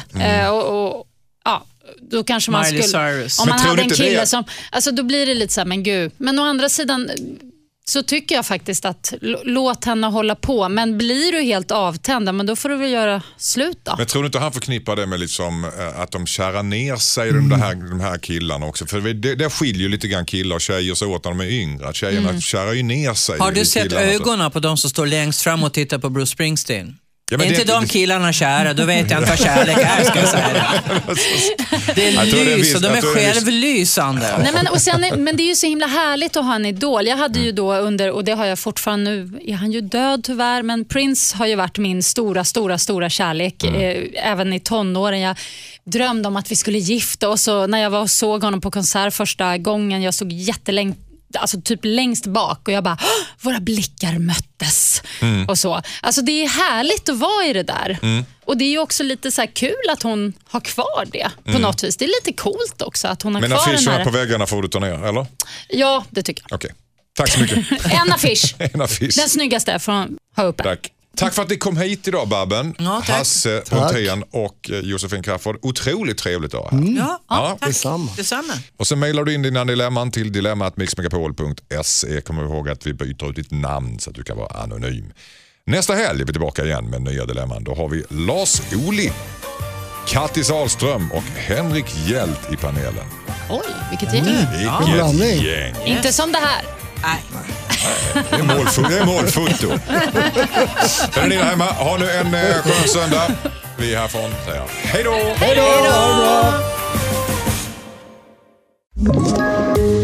Då kanske man Miley skulle Cyrus. om man men hade en kille det? som alltså då blir det lite så här, men gud. Men å andra sidan så tycker jag faktiskt att låt henne hålla på, men blir du helt avtända, men då får du väl göra slut då. Men tror du inte han förknippar det med liksom, att de kärar ner sig de här killarna också? För det skiljer ju lite grann killar och tjejer så åt när de är yngre. Att tjejerna kärar ju ner sig. Har du sett ögonen på de som står längst fram och tittar på Bruce Springsteen? Ja, är inte de killarna kära, då vet jag inte vad kärlek är, ska jag säga. Det är lys och de är självlysande. Nej, men det är ju så himla härligt att ha en idol. Jag hade ju då och det har jag fortfarande nu, är han ju död tyvärr, men Prince har ju varit min stora kärlek, även i tonåren. Jag drömde om att vi skulle gifta oss och när jag såg honom på konsert första gången, jag såg jättelänge, alltså typ längst bak och jag bara, våra blickar möttes och så. Alltså det är härligt att vara i det där. Och det är ju också lite så här kul att hon har kvar det på något vis. Det är lite coolt också att hon har kvar den här. Men affischerna på väggarna får du ta ner, eller? Ja, det tycker jag. Okej. Tack så mycket. En affisch. En affisch. Den snyggaste från ha uppe. Tack för att ni kom hit idag, Babben. Ja, tack. Hasse Brontén och Josefin Crafoord. Otroligt trevligt att ha här. Ja, tack. Detsamma. Och så mejlar du in dina dilemman till dilemma@mixmegapol.se. Kom ihåg att vi byter ut ditt namn så att du kan vara anonym. Nästa helg är vi tillbaka igen med nya dilemman. Då har vi Lars Ohly, Kattis Ahlström och Henrik Hjelt i panelen. Oj, vilket gäng. Vilket gäng. Inte som det här. Nej. Det är målfoto. Är ni där hemma? Ha nu en skön söndag. Vi är härifrån. Säger hej då! Ett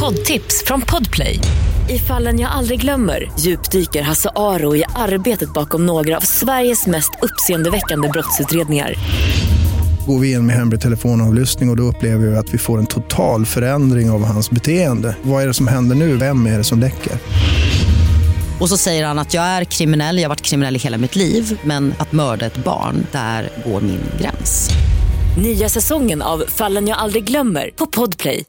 poddtips från Podplay. I Fallen jag aldrig glömmer djupdyker Hasse Aro i arbetet bakom några av Sveriges mest uppseendeväckande brottsutredningar. Går vi in med hemlig telefonavlyssning och då upplever vi att vi får en total förändring av hans beteende. Vad är det som händer nu? Vem är det som läcker? Och så säger han att jag är kriminell, jag har varit kriminell i hela mitt liv. Men att mörda ett barn, där går min gräns. Nya säsongen av Fallen jag aldrig glömmer på Podplay.